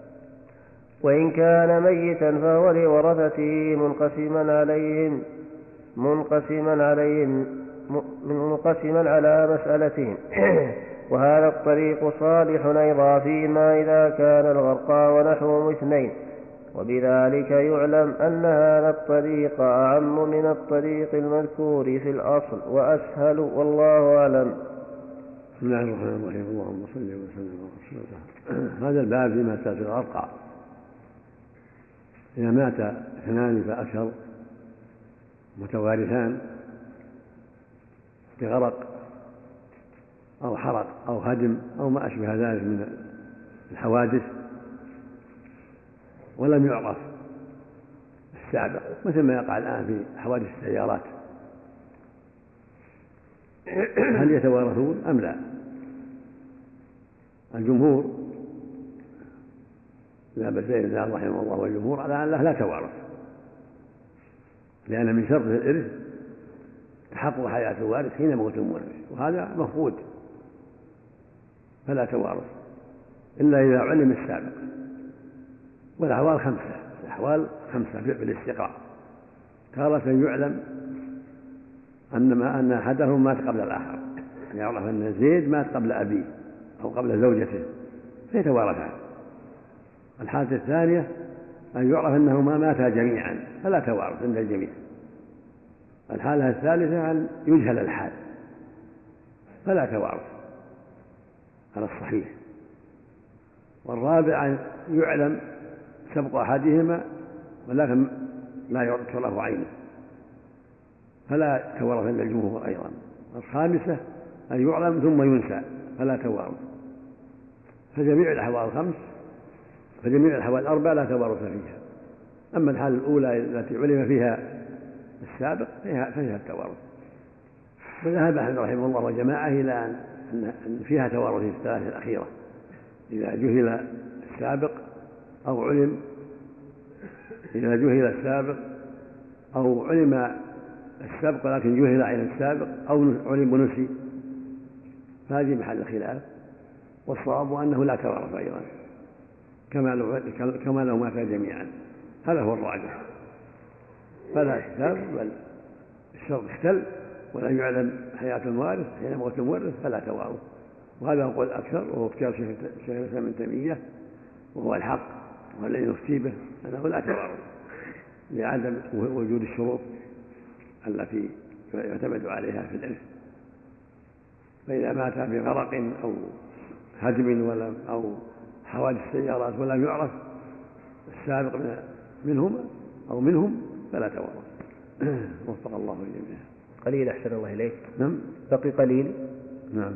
وإن كان ميتا فهو لورثته منقسما عليهم منقسما عليهم منقسما على مسألتهم. وهذا الطريق صالح أيضا فيما إذا كان الغرقى ونحوهم اثنين، وبذلك يعلم أن هذا الطريق أعم من الطريق المذكور في الأصل وأسهل، والله أعلم. بسم الله الرحمن الرحيم. اللهم صل وسلم على رسول الله. هذا الباب في مسألة الغرقى، إذا مات اثنان فأكثر متوارثان بغرق أو حرق أو هدم أو ما أشبه ذلك من الحوادث، ولم يعرف السابق، مثل ما يقع الآن في حوادث السيارات، هل يتوارثون أم لا؟ الجمهور ذهب الزيدان رحمه الله والجمهور على أنه لا توارث، لأن من شرط الإرث تحقق حياة الوارث حين موت المورث، وهذا مفقود، فلا توارث إلا إذا علم السابق. والأحوال خمسة، الأحوال خمسة بالاستقراء. تارة يعلم أن ما أن أحدهم مات قبل الآخر، يعرف أن زيد مات قبل أبيه أو قبل زوجته فيتوارثان. الحالة الثانية أن يعرف أنهما ماتا جميعا فلا توارث عند الجميع. الحالة الثالثة أن يجهل الحال فلا توارث على الصحيح. والرابع أن يعلم سبق أحدهما ولكن لا يذكر له عينه فلا توارث عند الجمهور أيضا. الخامسة أن يعلم ثم ينسى فلا توارث. فجميع الأحوال الخمس فجميع الأحوال الأربع لا توارث فيها. أما الحالة الأولى التي علم فيها السابق فيها, فيها التوارث. وذهب أحمد رحمه الله وجماعة إلى أن فيها توارث في الثلاثة الأخيرة، إذا جهل السابق أو علم إذا جهل السابق أو علم السابق ولكن جهل عن السابق أو علم ونسي، فهذه محل خلاف. والصواب أنه لا توارث أيضا كما لو مات جميعا، هذا هو الراجح، فلا حساب، بل الشرط اختل ولم يعلم حياة الموارث حين موت المورث فلا توارث. وهذا هو القول الأكثر، وهو اختيار شيخ الإسلام ابن تيمية، وهو الحق والذي نفتي به أنه لا توارث لعدم وجود الشروط التي يعتمد عليها في الإرث. فإذا مات بغرق أو هدم ولا أو حوادث السيارات ولم يعرف السابق منهم أو منهم فلا توارث. وفق الله الجميع. قليل أحسن الله إليك. نعم. بقي قليل. نعم.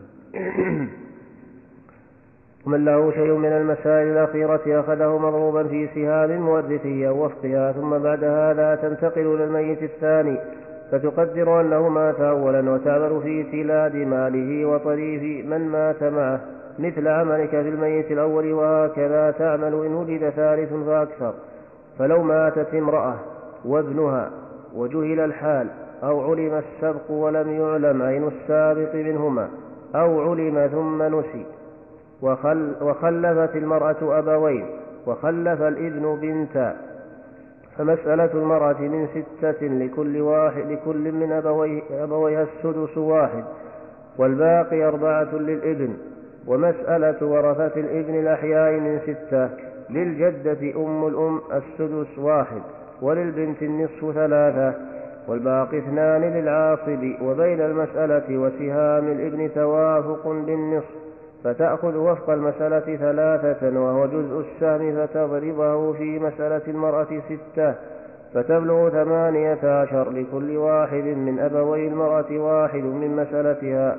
ومن له شيء من المسائل الأخيرة أخذه مضروبا في سهام مورثية وفقها، ثم بعد هذا تنتقل إلى الميت الثاني فتقدر أنه مات أولا، وتعمل في تلاد ماله وطريف من مات معه مثل عملك في الميت الأول، وهكذا تعمل إن وجد ثالث فأكثر. فلو ماتت امرأة وابنها وجهل الحال أو علم السبق ولم يعلم عين السابق منهما أو علم ثم نسي، وخل وخلفت المرأة أبوين وخلف الابن بنتا، فمسألة المرأة من ستة لكل, واحد لكل من أبويه أبويها السدس واحد، والباقي أربعة للابن. ومسألة ورثة الابن الأحياء من ستة، للجدة أم الأم السدس واحد، وللبنت النصف ثلاثة، والباقي اثنان للعاصب. وبين المسألة وسهام الابن توافق بالنصف، فتأخذ وفق المسألة ثلاثة وهو جزء السهم، فتضربه في مسألة المرأة ستة فتبلغ ثمانية عشر، لكل واحد من أبوي المرأة واحد من مسألتها،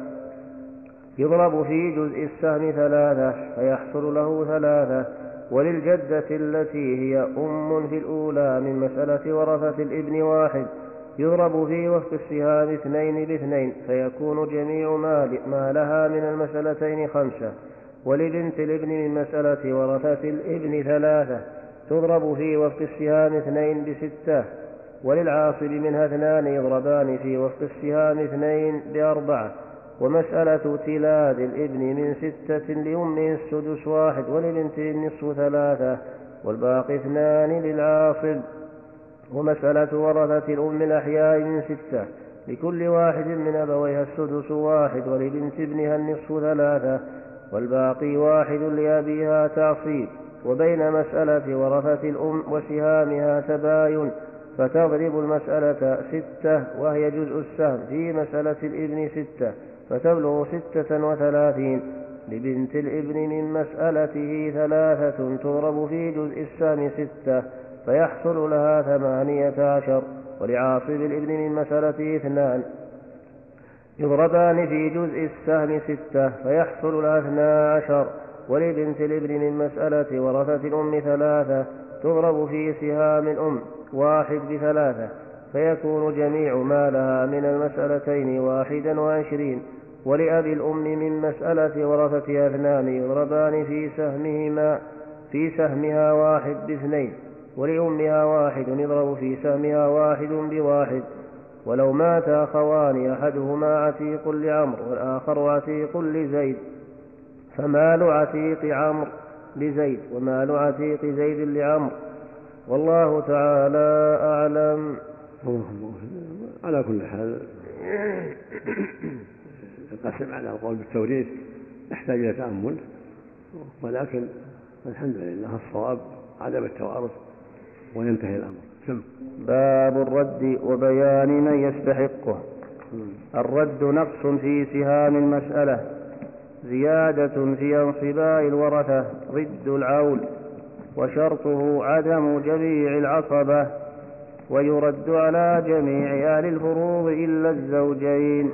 يضرب في جزء السهم ثلاثة فيحصل له ثلاثة. وللجدة التي هي أم في الأولى من مسألة ورثة الابن واحد، يضرب في وفق السهام اثنين باثنين، فيكون جميع ما لها من المسألتين خمسة. ولبنت الابن من مسألة ورثة الابن ثلاثة، تضرب في وفق السهام اثنين بستة. وللعاصب منها اثنان، يضربان في وفق السهام اثنين بأربعة. ومسألة تلاد الابن من ستة لأمه السدس واحد، ولبنته النصف ثلاثة، والباقي اثنان للعاصب. ومسألة ورثة الأم الأحياء من ستة، لكل واحد من أبويها السدس واحد، ولبنت ابنها النصف ثلاثة، والباقي واحد لأبيها تعصيب. وبين مسألة ورثة الأم وسهامها تباين، فتضرب المسألة ستة وهي جزء السهم في مسألة الابن ستة، فتبلغ ستة وثلاثين. لبنت الابن من مسألته ثلاثة، تضرب في جزء السهم ستة فيحصل لها ثمانية عشر. ولعاصب الابن من مسألته اثنان، يضربان في جزء السهم ستة فيحصل لها اثنا عشر. ولبنت الابن من مسألة ورثة الأم ثلاثة، تضرب في سهام الأم واحد بثلاثة، فيكون جميع ما لها من المسألتين واحدا وعشرين. ولأبي الأم من مسألة ورثتها اثنان، يضربان في سهمهما في سهمها واحد باثنين. ولأمها واحد، يضرب في سهمها واحد بواحد. ولو مات أخوان أحدهما عتيق لعمرو والآخر عتيق لزيد، فمال عتيق عمرو لزيد ومال عتيق زيد لعمرو، والله تعالى أعلم. على كل حال القسم على القول بالتوريث يحتاج إلى تأمل، ولكن الحمد لله الصواب عدم التوارث وينتهي الأمر. سم. باب الرد وبيان من يستحقه. الرد نقص في سهام المسألة، زيادة في انصباء الورثة ضد العول، وشرطه عدم جميع العصبة، ويرد على جميع أهل الفروض إلا الزوجين.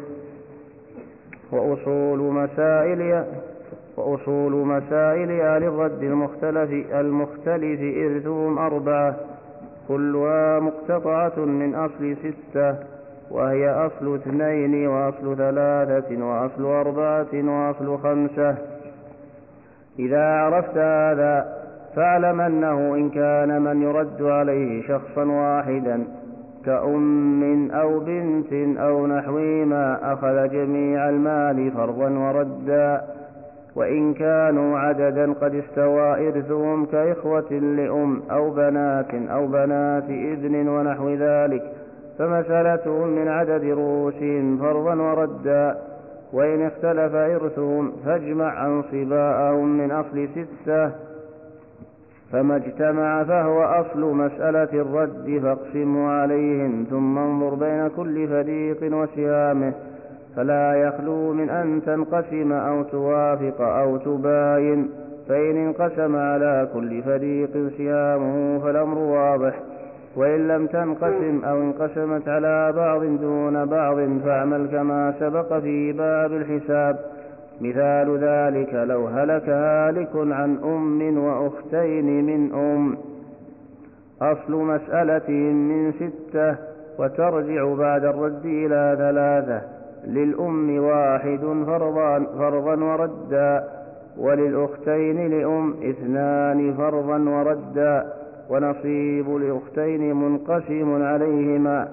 وأصول مسائل وأصول مسائل أهل الرد المختلف المختلف إرثهم أربعة، كلها مقتطعة من أصل ستة، وهي أصل اثنين وأصل ثلاثة وأصل أربعة وأصل خمسة. إذا عرفت هذا فاعلم أنه إن كان من يرد عليه شخصا واحدا كأم أو بنت أو نحوهما أخذ جميع المال فرضا وردا، وإن كانوا عددا قد استوى إرثهم كإخوة لأم أو بنات أو بنات ابن ونحو ذلك فمسألتهم من عدد رؤوسهم فرضا وردا. وإن اختلف إرثهم فاجمع أنصباءهم من أصل ستة، فما اجتمع فهو أصل مسألة الرد فاقسموا عليهم ثم انظر بين كل فريق وسهامه، فلا يخلو من أن تنقسم أو توافق أو تباين، فإن انقسم على كل فريق سهامه فالأمر واضح، وإن لم تنقسم أو انقسمت على بعض دون بعض فاعمل كما سبق في باب الحساب. مثال ذلك لو هلك هالك عن أم وأختين من أم، أصل مسألتهم من ستة وترجع بعد الرد إلى ثلاثة، للأم واحد فرضا, فرضا وردا، وللأختين لأم اثنان فرضا وردا، ونصيب الأختين منقسم عليهما.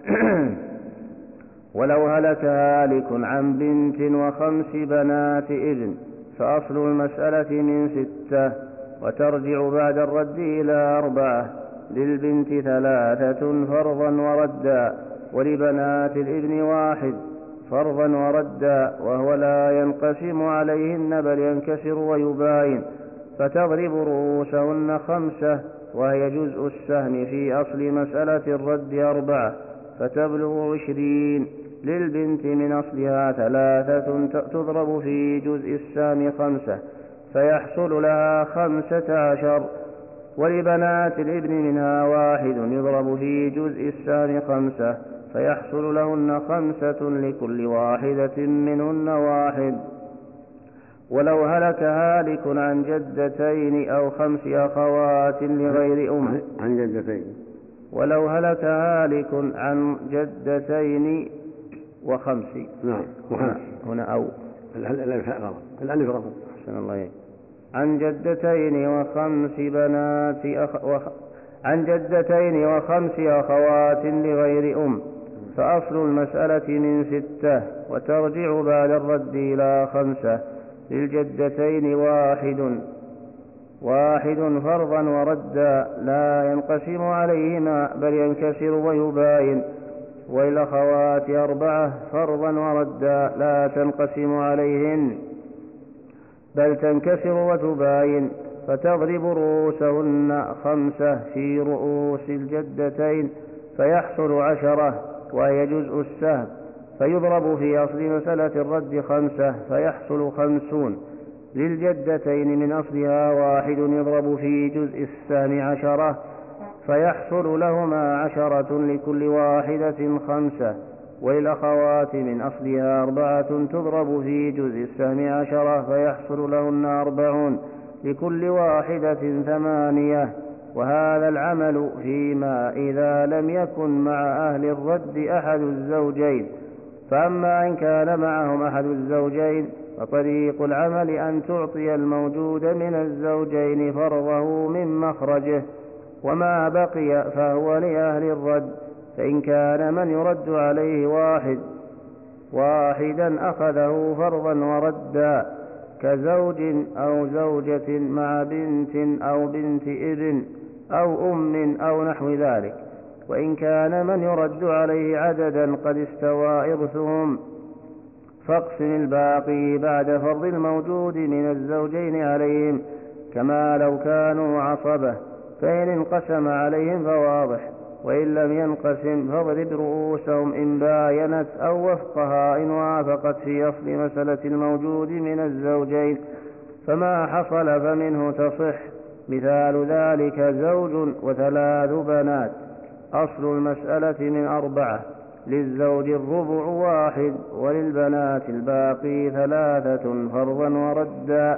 ولو هلك هالك عن بنت وخمس بنات ابن فأصل المسألة من ستة وترجع بعد الرد إلى أربعة، للبنت ثلاثة فرضا وردا، ولبنات الابن واحد فرضا وردا، وهو لا ينقسم عليهن بل ينكسر ويباين، فتضرب رؤوسهن خمسة وهي جزء السهم في أصل مسألة الرد أربعة فتبلغ عشرين. للبنت من أصلها ثلاثة تضرب في جزء السهم خمسة فيحصل لها خمسة عشر، ولبنات الابن منها واحد يضرب في جزء السهم خمسة فيحصل لهن خمسة لكل واحدة منهن واحد. ولو هلك هالك عن جدتين أو خمس أخوات لغير أم عن جدتين ولو هلك هالك عن جدتين وخمس نعم وخمس هنا أو الألف غلط أحسن الله إليك عن جدتين وخمس بنات أخ... وخ... عن جدتين وخمس أخوات لغير أم فأصل المسألة من ستة وترجع بعد الرد إلى خمسة، للجدتين واحد واحد فرضا وردا لا ينقسم عليهما بل ينكسر ويباين، والأخوات أربعة فرضا وردا لا تنقسم عليهن بل تنكسر وتباين، فتضرب رؤوسهن خمسة في رؤوس الجدتين فيحصل عشرة وهي جزء السهم، فيضرب في أصل مسألة الرد خمسة فيحصل خمسون. للجدتين من أصلها واحد يضرب في جزء السهم عشرة فيحصل لهما عشرة لكل واحدة خمسة، وللأخوات من أصلها أربعة تضرب في جزء السهم عشرة فيحصل لهن أربعون لكل واحدة ثمانية. وهذا العمل فيما إذا لم يكن مع أهل الرد أحد الزوجين، فأما إن كان معهم أحد الزوجين فطريق العمل أن تعطي الموجود من الزوجين فرضه من مخرجه، وما بقي فهو لأهل الرد، فإن كان من يرد عليه واحد واحدا أخذه فرضا وردا كزوج أو زوجة مع بنت أو بنت ابن أو أم أو نحو ذلك. وإن كان من يرد عليه عددا قد استوى إرثهم فاقسم الباقي بعد فرض الموجود من الزوجين عليهم كما لو كانوا عصبة، فإن انقسم عليهم فواضح، وإن لم ينقسم فاضرب رؤوسهم إن باينت أو وفقها إن وافقت في أصل مسألة الموجود من الزوجين، فما حصل فمنه تصح. مثال ذلك زوج وثلاث بنات، أصل المسألة من أربعة، للزوج الربع واحد وللبنات الباقي ثلاثة فرضا وردا،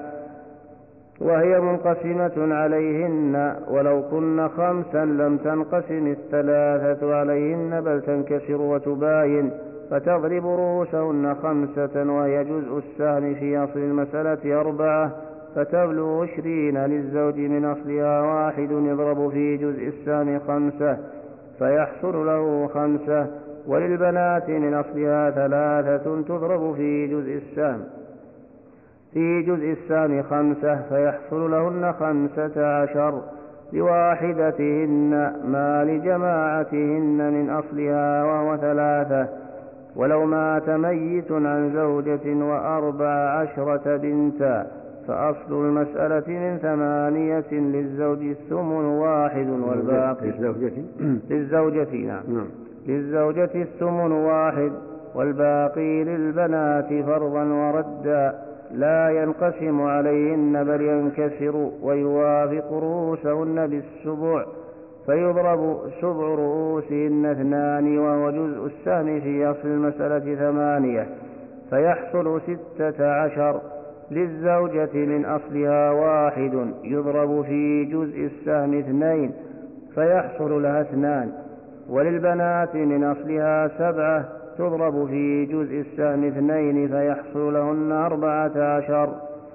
وهي منقسمة عليهن، ولو كن خمسا لم تنقسم الثلاثة عليهن بل تنكسر وتباين، فتضرب رؤوسهن خمسة وهي جزء السهم في أصل المسألة أربعة فتبلغ عشرين. للزوج من أصلها واحد يضرب في جزء السهم خمسة فيحصل له خمسة. وللبنات من أصلها ثلاثة تضرب في جزء السهم في جزء السهم خمسة فيحصل لهن خمسة عشر. لواحدتهن ما لجماعتهن من أصلها وهو ثلاثة. ولو مات ميت عن زوجة وأربع عشرة بنتا فأصل المسألة من ثمانية. للزوج الثمن واحد والباقي للزوجة للزوجة نعم للزوجة الثمن واحد والباقي للبنات فرضا وردا. لا ينقسم عليهن بل ينكسر ويوافق رؤوسهن بالسبع فيضرب سبع رؤوسهن اثنان وهو جزء السهم في أصل المسألة ثمانية فيحصل ستة عشر. للزوجة من أصلها واحد يضرب في جزء السهم اثنين فيحصل لها اثنان. وللبنات من أصلها سبعة تضرب في جزء السهم اثنين فيحصل لهن أربعة عشر.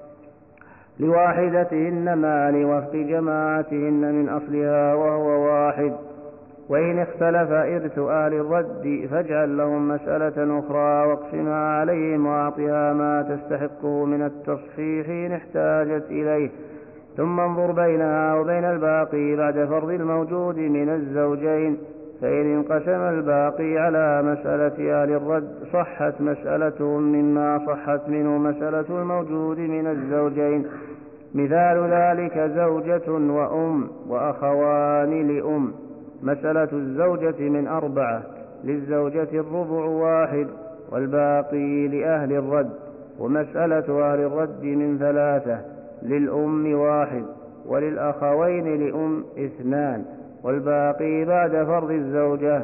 لواحدتهن ما لوفق جماعتهن من أصلها وهو واحد. وإن اختلف إرث أهل الرد فاجعل لهم مسألة أخرى واقسمها عليهم وأعطها ما تستحقه من التصحيح إن احتاجت إليه. ثم انظر بينها وبين الباقي بعد فرض الموجود من الزوجين. فإن انقسم الباقي على مسألة أهل الرد صحت مسألتهم مما صحت منه مسألة الموجود من الزوجين. مثال ذلك زوجة وأم وأخوان لأم. مسألة الزوجة من أربعة. للزوجة الربع واحد والباقي لأهل الرد. ومسألة أهل الرد من ثلاثة. للأم واحد وللأخوين لأم اثنان والباقي بعد فرض الزوجة.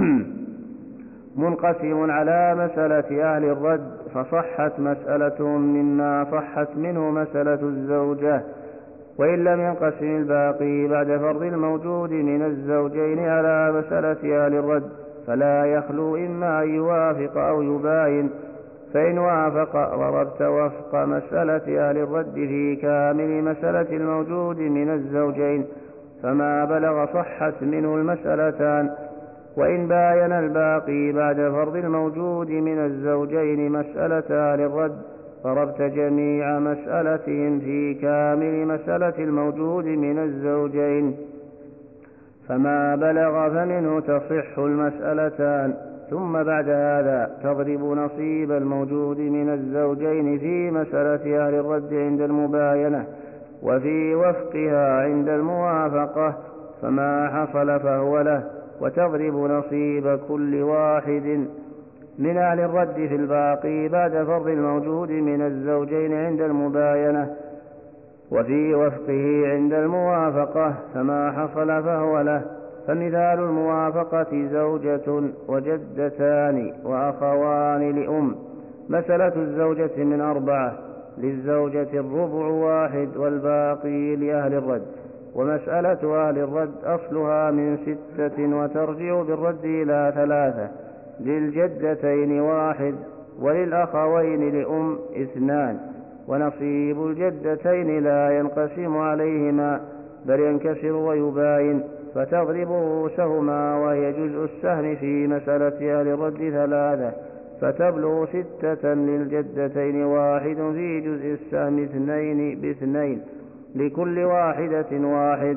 منقسم على مسألة أهل الرد فصحت مسألتهم مما صحت منه مسألة الزوجة. وإن لم ينقسم الباقي بعد فرض الموجود من الزوجين على مسألة أهل الرد فلا يخلو إما أن يوافق أو يباين. فإن وافق ضربت وفق مسألة أهل الرد في كامل مسألة الموجود من الزوجين فما بلغ صحت منه المسألتان. وإن باين الباقي بعد فرض الموجود من الزوجين مسألة أهل الرد ضربت جميع مسألتهم في كامل مسألة الموجود من الزوجين فما بلغ فمنه تصح المسألتان. ثم بعد هذا تضرب نصيب الموجود من الزوجين في مسألة أهل الرد عند المباينة وفي وفقها عند الموافقة فما حصل فهو له. وتضرب نصيب كل واحد من أهل الرد في الباقي بعد فرض الموجود من الزوجين عند المباينة وفي وفقه عند الموافقة فما حصل فهو له. فمثال الموافقة زوجة وجدتان وأخوان لأم. مسألة الزوجة من أربعة. للزوجة الربع واحد والباقي لأهل الرد. ومسألة أهل الرد أصلها من ستة وترجع بالرد إلى ثلاثة. للجدتين واحد وللأخوين لأم اثنان. ونصيب الجدتين لا ينقسم عليهما بل ينكسر ويباين فتضرب رؤوسهما وهي جزء السهم في مسألة أهل الرد ثلاثة فتبلغ ستة. للجدتين واحد في جزء السهم اثنين باثنين لكل واحدة واحد.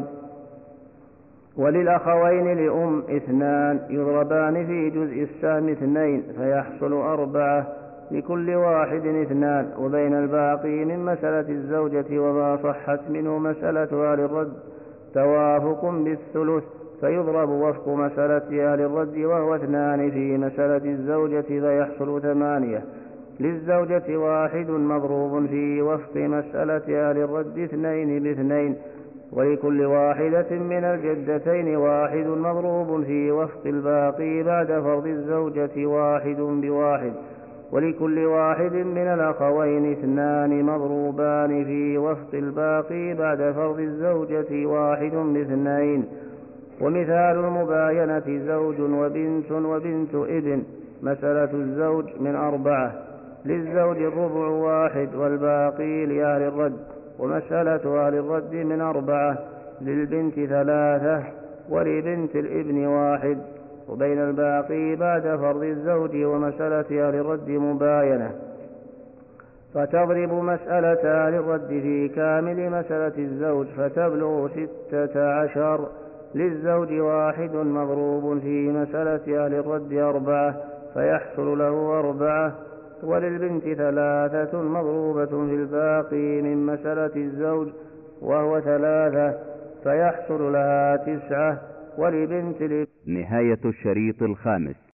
وللأخوين لأم اثنان يضربان في جزء السهم اثنين فيحصل أربعة لكل واحد اثنان. وبين الباقي من مسألة الزوجة وما صحت منه مسألة أهل الرد توافق بالثلث فيضرب وفق مسألة أهل الرد وهو اثنان في مسألة الزوجة فيحصل ثمانية. للزوجة واحد مضروب في وفق مسألة أهل الرد اثنين باثنين. ولكل واحدة من الجدتين واحد مضروب في وفق الباقي بعد فرض الزوجة واحد بواحد. ولكل واحد من الأخوين اثنان مضروبان في وفق الباقي بعد فرض الزوجة واحد باثنين. ومثال المباينة زوج وبنت وبنت ابن. مسألة الزوج من أربعة. للزوج الربع واحد والباقي لأهل الرد. ومسألة أهل الرد من أربعة، للبنت ثلاثة ولبنت الابن واحد، وبين الباقي بعد فرض الزوج ومسألة أهل الرد مباينة. فتضرب مسألة أهل الرد في كامل مسألة الزوج فتبلغ ستة عشر، للزوج واحد مضروب في مسألة أهل الرد أربعة فيحصل له أربعة، وللبنت ثلاثة مضروبة في الباقي من مسألة الزوج وهو ثلاثة فيحصل لها تسعة، ولبنت نهاية الشريط الخامس.